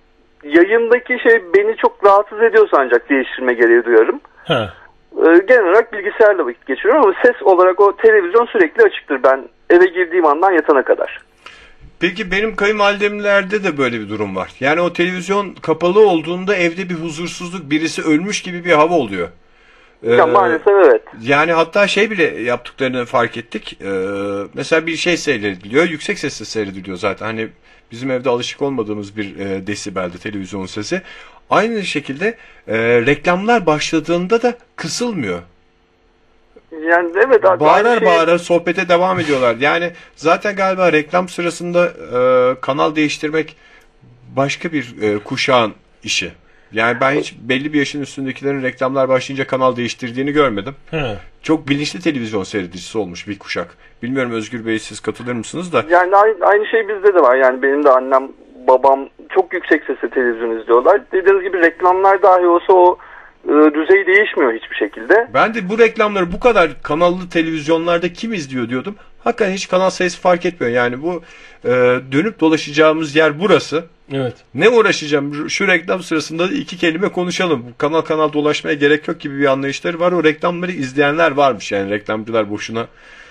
S4: Yayındaki şey beni çok rahatsız ediyorsa ancak değiştirme gereği duyarım.
S3: He.
S4: Ee, genel olarak bilgisayarla vakit geçiriyorum ama ses olarak o televizyon sürekli açıktır ben eve girdiğim andan yatana kadar.
S2: Peki benim kayınvalidemlerde de böyle bir durum var. Yani o televizyon kapalı olduğunda evde bir huzursuzluk, birisi ölmüş gibi bir hava oluyor. Ee,
S4: ya maalesef evet.
S2: Yani hatta şey bile yaptıklarını fark ettik. Ee, mesela bir şey seyrediliyor, yüksek sesle seyrediliyor zaten. Hani bizim evde alışık olmadığımız bir e, desibelde televizyon sesi. Aynı şekilde e, reklamlar başladığında da kısılmıyor.
S4: Yani evet abi.
S2: Bağırar
S4: şey...
S2: bağırar sohbete devam ediyorlar. Yani zaten galiba reklam sırasında e, kanal değiştirmek başka bir e, kuşağın işi. Yani ben hiç belli bir yaşın üstündekilerin reklamlar başlayınca kanal değiştirdiğini görmedim.
S3: He.
S2: Çok bilinçli televizyon seyredicisi olmuş bir kuşak. Bilmiyorum Özgür Bey, siz katılır mısınız da?
S4: Yani aynı, aynı şey bizde de var. Yani benim de annem, babam çok yüksek sesle televizyon izliyorlar. Dediğiniz gibi reklamlar dahi olsa o e, düzey değişmiyor hiçbir şekilde.
S2: Ben de bu reklamları bu kadar kanallı televizyonlarda kim izliyor diyordum. Hakikaten hiç kanal sayısı fark etmiyor. Yani bu e, dönüp dolaşacağımız yer burası.
S3: Evet.
S2: Ne uğraşacağım? Şu reklam sırasında iki kelime konuşalım. Kanal kanal dolaşmaya gerek yok gibi bir anlayışları var. O reklamları izleyenler varmış. Yani reklamcılar boşuna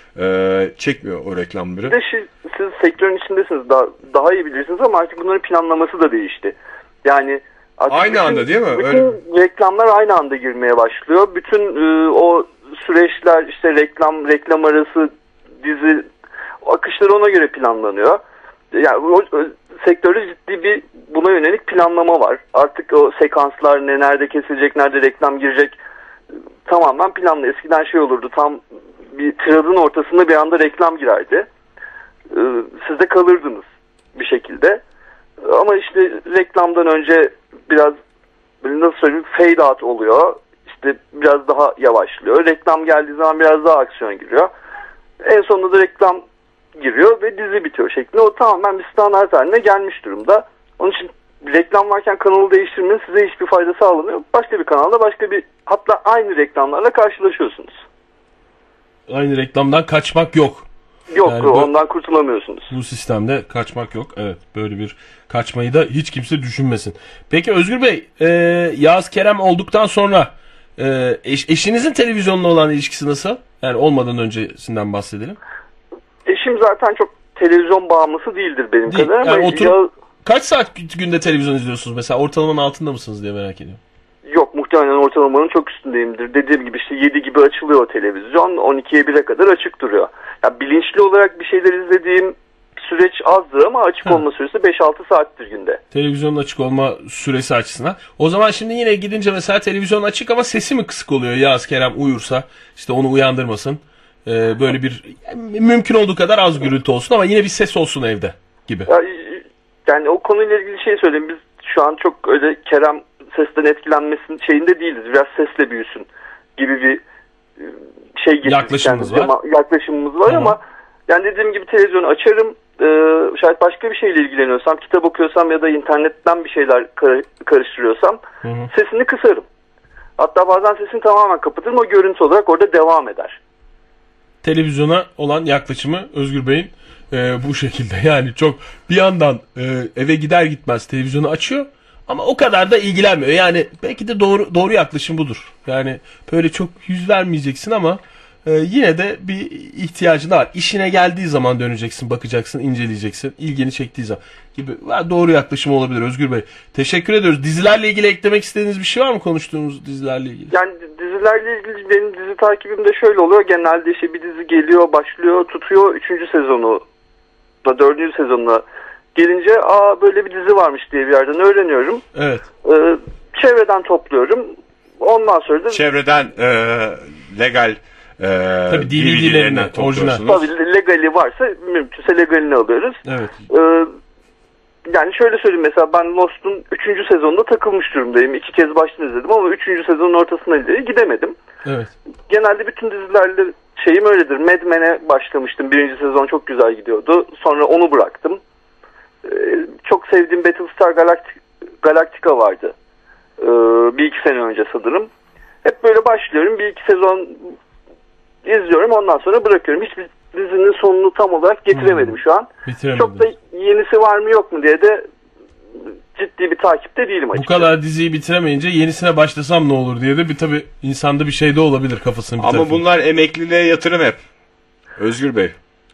S2: e, çekmiyor o reklamları.
S4: Bir de siz, siz sektörün içindesiniz. Daha, daha iyi bilirsiniz ama artık bunların planlaması da değişti. Yani
S2: aynı
S4: bütün,
S2: anda değil mi?
S4: Bütün
S2: Öyle...
S4: reklamlar aynı anda girmeye başlıyor. Bütün e, o süreçler, işte reklam, reklam arası, dizi akışları ona göre planlanıyor. Yani o, o sektörde ciddi bir buna yönelik planlama var. Artık o sekanslar ne, nerede kesilecek, nerede reklam girecek tamamen planlı. Eskiden şey olurdu, tam bir tiradın ortasında bir anda reklam girerdi. Ee, siz de kalırdınız bir şekilde. Ama işte reklamdan önce biraz nasıl söyleyeyim fade out oluyor. İşte biraz daha yavaşlıyor. Reklam geldiği zaman biraz daha aksiyon giriyor. En sonunda da reklam giriyor ve dizi bitiyor şeklinde. O tamamen bir standart haline gelmiş durumda. Onun için reklam varken kanalı değiştirmenin size hiçbir fayda sağlamıyor. Başka bir kanalda başka bir, hatta aynı reklamlarla karşılaşıyorsunuz.
S3: Aynı reklamdan kaçmak yok.
S4: Yok,
S3: yani
S4: ondan bu, kurtulamıyorsunuz.
S3: Bu sistemde kaçmak yok. Evet, böyle bir kaçmayı da hiç kimse düşünmesin. Peki Özgür Bey, e, Yağız Kerem olduktan sonra e, eş, eşinizin televizyonla olan ilişkisi nasıl? Yani olmadan öncesinden bahsedelim.
S4: Eşim zaten çok televizyon bağımlısı değildir benim
S3: Değil.
S4: kadar.
S3: Yani
S4: ama
S3: oturup,
S4: Yağız...
S3: kaç saat günde televizyon izliyorsunuz mesela? Ortalamanın altında mısınız diye merak ediyorum.
S4: Yok, muhtemelen ortalamanın çok üstündeyimdir. Dediğim gibi işte yedi gibi açılıyor televizyon. on ikiye bire kadar açık duruyor. Ya bilinçli olarak bir şeyler izlediğim süreç azdır ama açık ha. olma süresi beş altı saattir günde.
S3: Televizyonun açık olma süresi açısından. O zaman şimdi yine gidince mesela televizyon açık ama sesi mi kısık oluyor? Yağız Kerem uyursa işte onu uyandırmasın. Ee, böyle bir yani mümkün olduğu kadar az gürültü olsun ama yine bir ses olsun evde gibi.
S4: Ya, yani o konuyla ilgili şey söyleyeyim. Biz şu an çok öyle Kerem sesten etkilenmesin şeyinde değiliz. Biraz sesle büyüsün gibi bir şey getirdik.
S3: Yaklaşımımız var.
S4: Yaklaşımımız var ama yani dediğim gibi televizyonu açarım. e, şayet başka bir şeyle ilgileniyorsam, kitap okuyorsam ya da internetten bir şeyler kar- karıştırıyorsam hı hı. sesini kısarım. Hatta bazen sesini tamamen kapatırım, o görüntü olarak orada devam eder.
S3: Televizyona olan yaklaşımı Özgür Bey'in e, bu şekilde. Yani çok bir yandan e, eve gider gitmez televizyonu açıyor ama o kadar da ilgilenmiyor. Yani belki de doğru doğru yaklaşım budur. Yani böyle çok yüz vermeyeceksin ama e, yine de bir ihtiyacın var. İşine geldiği zaman döneceksin, bakacaksın, inceleyeceksin. İlgini çektiği zaman gibi doğru yaklaşım olabilir Özgür Bey. Teşekkür ediyoruz. Dizilerle ilgili eklemek istediğiniz bir şey var mı, konuştuğumuz dizilerle ilgili?
S4: Yani dizilerle ilgili benim dizi takibimde şöyle oluyor. Genelde işte bir dizi geliyor, başlıyor, tutuyor. Üçüncü sezonu da dördüncü sezonuna gelince aa böyle bir dizi varmış diye bir yerden öğreniyorum.
S3: Evet.
S4: Ee, çevreden topluyorum. Ondan sonra da...
S2: Çevreden e, legal e,
S3: tabii D V D'lerinden orijinal.
S4: Tabii legali varsa mümkünse legalini alıyoruz.
S3: Evet.
S4: Ee, yani şöyle söyleyeyim, mesela ben Lost'un üçüncü sezonunda takılmış durumdayım. İki kez baştan izledim ama üçüncü sezonun ortasına gidemedim.
S3: Evet.
S4: Genelde bütün dizilerle şeyim öyledir. Mad Men'e başlamıştım. Birinci sezon çok güzel gidiyordu. Sonra onu bıraktım. Ee, çok sevdiğim Battlestar Galactica, Galactica vardı. Ee, bir iki sene önce sanırım. Hep böyle başlıyorum. Bir iki sezon izliyorum. Ondan sonra bırakıyorum. Hiçbir dizinin sonunu tam olarak getiremedim şu an. Çok da yenisi var mı yok mu diye de ciddi bir takipte değilim açıkçası.
S3: Bu kadar diziyi bitiremeyince yenisine başlasam ne olur diye de bir tabii insanda bir şey de olabilir kafasının bir
S2: Ama
S3: tarafında.
S2: bunlar emekliliğe yatırım hep. Özgür Bey.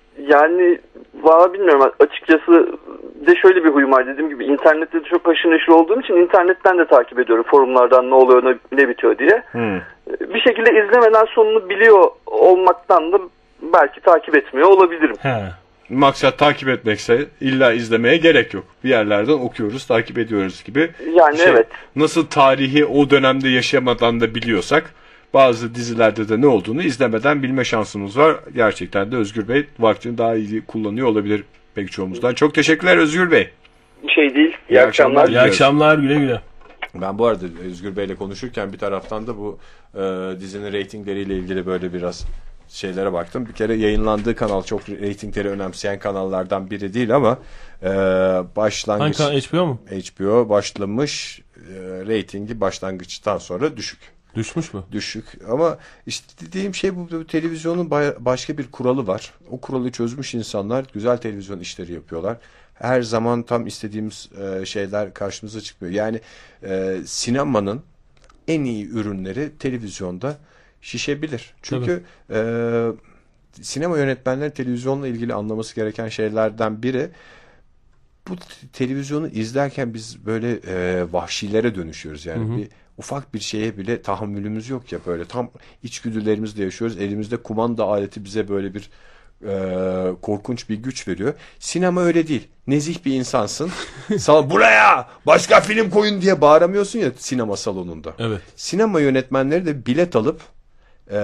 S4: Yani valla bilmiyorum, açıkçası de şöyle bir huyum var, dediğim gibi internette de çok haşır neşir olduğum için internetten de takip ediyorum forumlardan ne oluyor ne, ne bitiyor diye. Hmm. Bir şekilde izlemeden sonunu biliyor olmaktan da belki takip etmiyor olabilirim.
S3: He.
S2: Maksat takip etmekse illa izlemeye gerek yok. Bir yerlerden okuyoruz, takip ediyoruz gibi.
S4: Yani şey, evet.
S2: Nasıl tarihi o dönemde yaşamadan da biliyorsak bazı dizilerde de ne olduğunu izlemeden bilme şansımız var. Gerçekten de Özgür Bey vaktini daha iyi kullanıyor olabilir pek çoğumuzdan. Çok teşekkürler Özgür Bey.
S4: Bir şey değil. İyi,
S2: iyi
S4: akşamlar.
S2: akşamlar.
S3: İyi akşamlar, güle güle.
S2: Ben bu arada Özgür Bey'le konuşurken bir taraftan da bu e, dizinin reytingleriyle ilgili böyle biraz şeylere baktım. Bir kere yayınlandığı kanal çok reytingleri önemseyen kanallardan biri değil ama e, başlangıç...
S3: Hangi kanal? H B O mu?
S2: H B O başlamış, e, reytingi başlangıçtan sonra düşük.
S3: Düşmüş mü?
S2: Düşük ama işte dediğim şey bu, bu televizyonun başka bir kuralı var. O kuralı çözmüş insanlar güzel televizyon işleri yapıyorlar. Her zaman tam istediğimiz e, şeyler karşımıza çıkmıyor. Yani e, sinemanın en iyi ürünleri televizyonda şişebilir. Çünkü e, sinema yönetmenleri televizyonla ilgili anlaması gereken şeylerden biri, bu televizyonu izlerken biz böyle e, vahşilere dönüşüyoruz. Yani hı hı. bir ufak bir şeye bile tahammülümüz yok ya, böyle tam içgüdülerimizle yaşıyoruz. Elimizde kumanda aleti bize böyle bir e, korkunç bir güç veriyor. Sinema öyle değil. Nezih bir insansın. Sana buraya başka film koyun diye bağıramıyorsun ya sinema salonunda.
S3: Evet.
S2: Sinema yönetmenleri de bilet alıp e,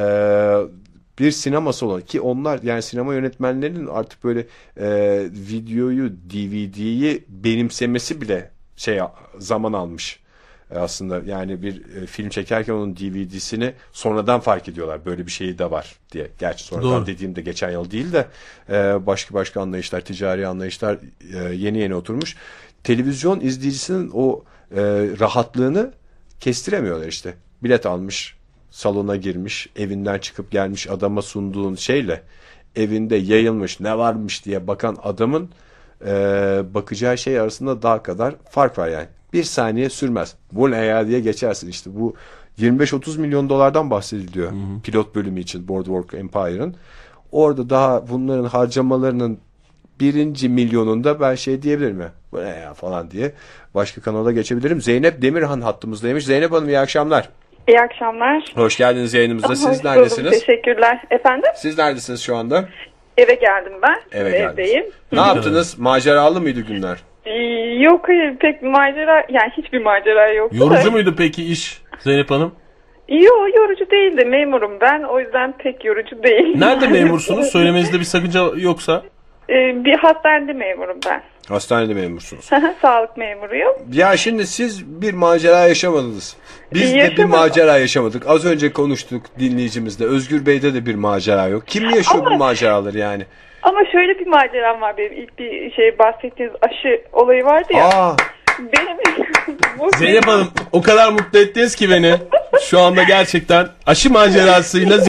S2: bir sinema salonu, ki onlar yani sinema yönetmenlerinin artık böyle e, videoyu, D V D'yi benimsemesi bile şey zaman almış. E, aslında yani bir e, film çekerken onun D V D'sini sonradan fark ediyorlar. Böyle bir şey de var diye. Gerçi sonradan Doğru. dediğimde geçen yıl değil de e, başka başka anlayışlar, ticari anlayışlar e, yeni yeni oturmuş. Televizyon izleyicisinin o e, rahatlığını kestiremiyorlar işte. Bilet almış, salona girmiş, evinden çıkıp gelmiş adama sunduğun şeyle evinde yayılmış ne varmış diye bakan adamın e, bakacağı şey arasında dağ kadar fark var yani. Bir saniye sürmez. Bu ne ya diye geçersin işte. Bu yirmi beş otuz milyon dolardan bahsediliyor hı hı. pilot bölümü için Boardwalk Empire'ın. Orada daha bunların harcamalarının birinci milyonunda ben şey diyebilirim ya. Bu ne ya falan diye başka kanala geçebilirim. Zeynep Demirhan hattımızdaymış. Zeynep Hanım iyi akşamlar.
S5: İyi akşamlar.
S2: Hoş geldiniz yayınımıza. Siz
S5: Hoş
S2: neredesiniz?
S5: Buldum, teşekkürler. Efendim?
S2: Siz neredesiniz şu anda?
S5: Eve geldim ben.
S2: Eve
S5: Evdeyim.
S2: Ne yaptınız? Maceralı mıydı günler?
S5: Yok hayır, pek bir macera, yani hiçbir macera yoktu.
S3: Yorucu muydu peki iş Zeynep Hanım?
S5: Yok, yorucu değildi. Memurum ben. O yüzden pek yorucu değil.
S3: Nerede memursunuz? Söylemenizde bir sakınca yoksa?
S5: Ee, bir hastanede memurum ben.
S2: Hastanede memursunuz.
S5: Sağlık memuruyum.
S2: Ya şimdi siz bir macera yaşamadınız. Biz de bir
S5: Yaşamadım.
S2: macera yaşamadık. Az önce konuştuk dinleyicimizle. Özgür Bey'de de bir macera yok. Kim yaşıyor
S5: Ama-
S2: bu maceraları yani?
S5: Ama şöyle bir maceram var benim. İlk bir şey bahsettiğiniz aşı olayı vardı ya.
S2: Aa,
S5: Benim bu
S3: Zeynep Hanım o kadar mutlu ettiniz ki beni. Şu anda gerçekten aşı macerasıyla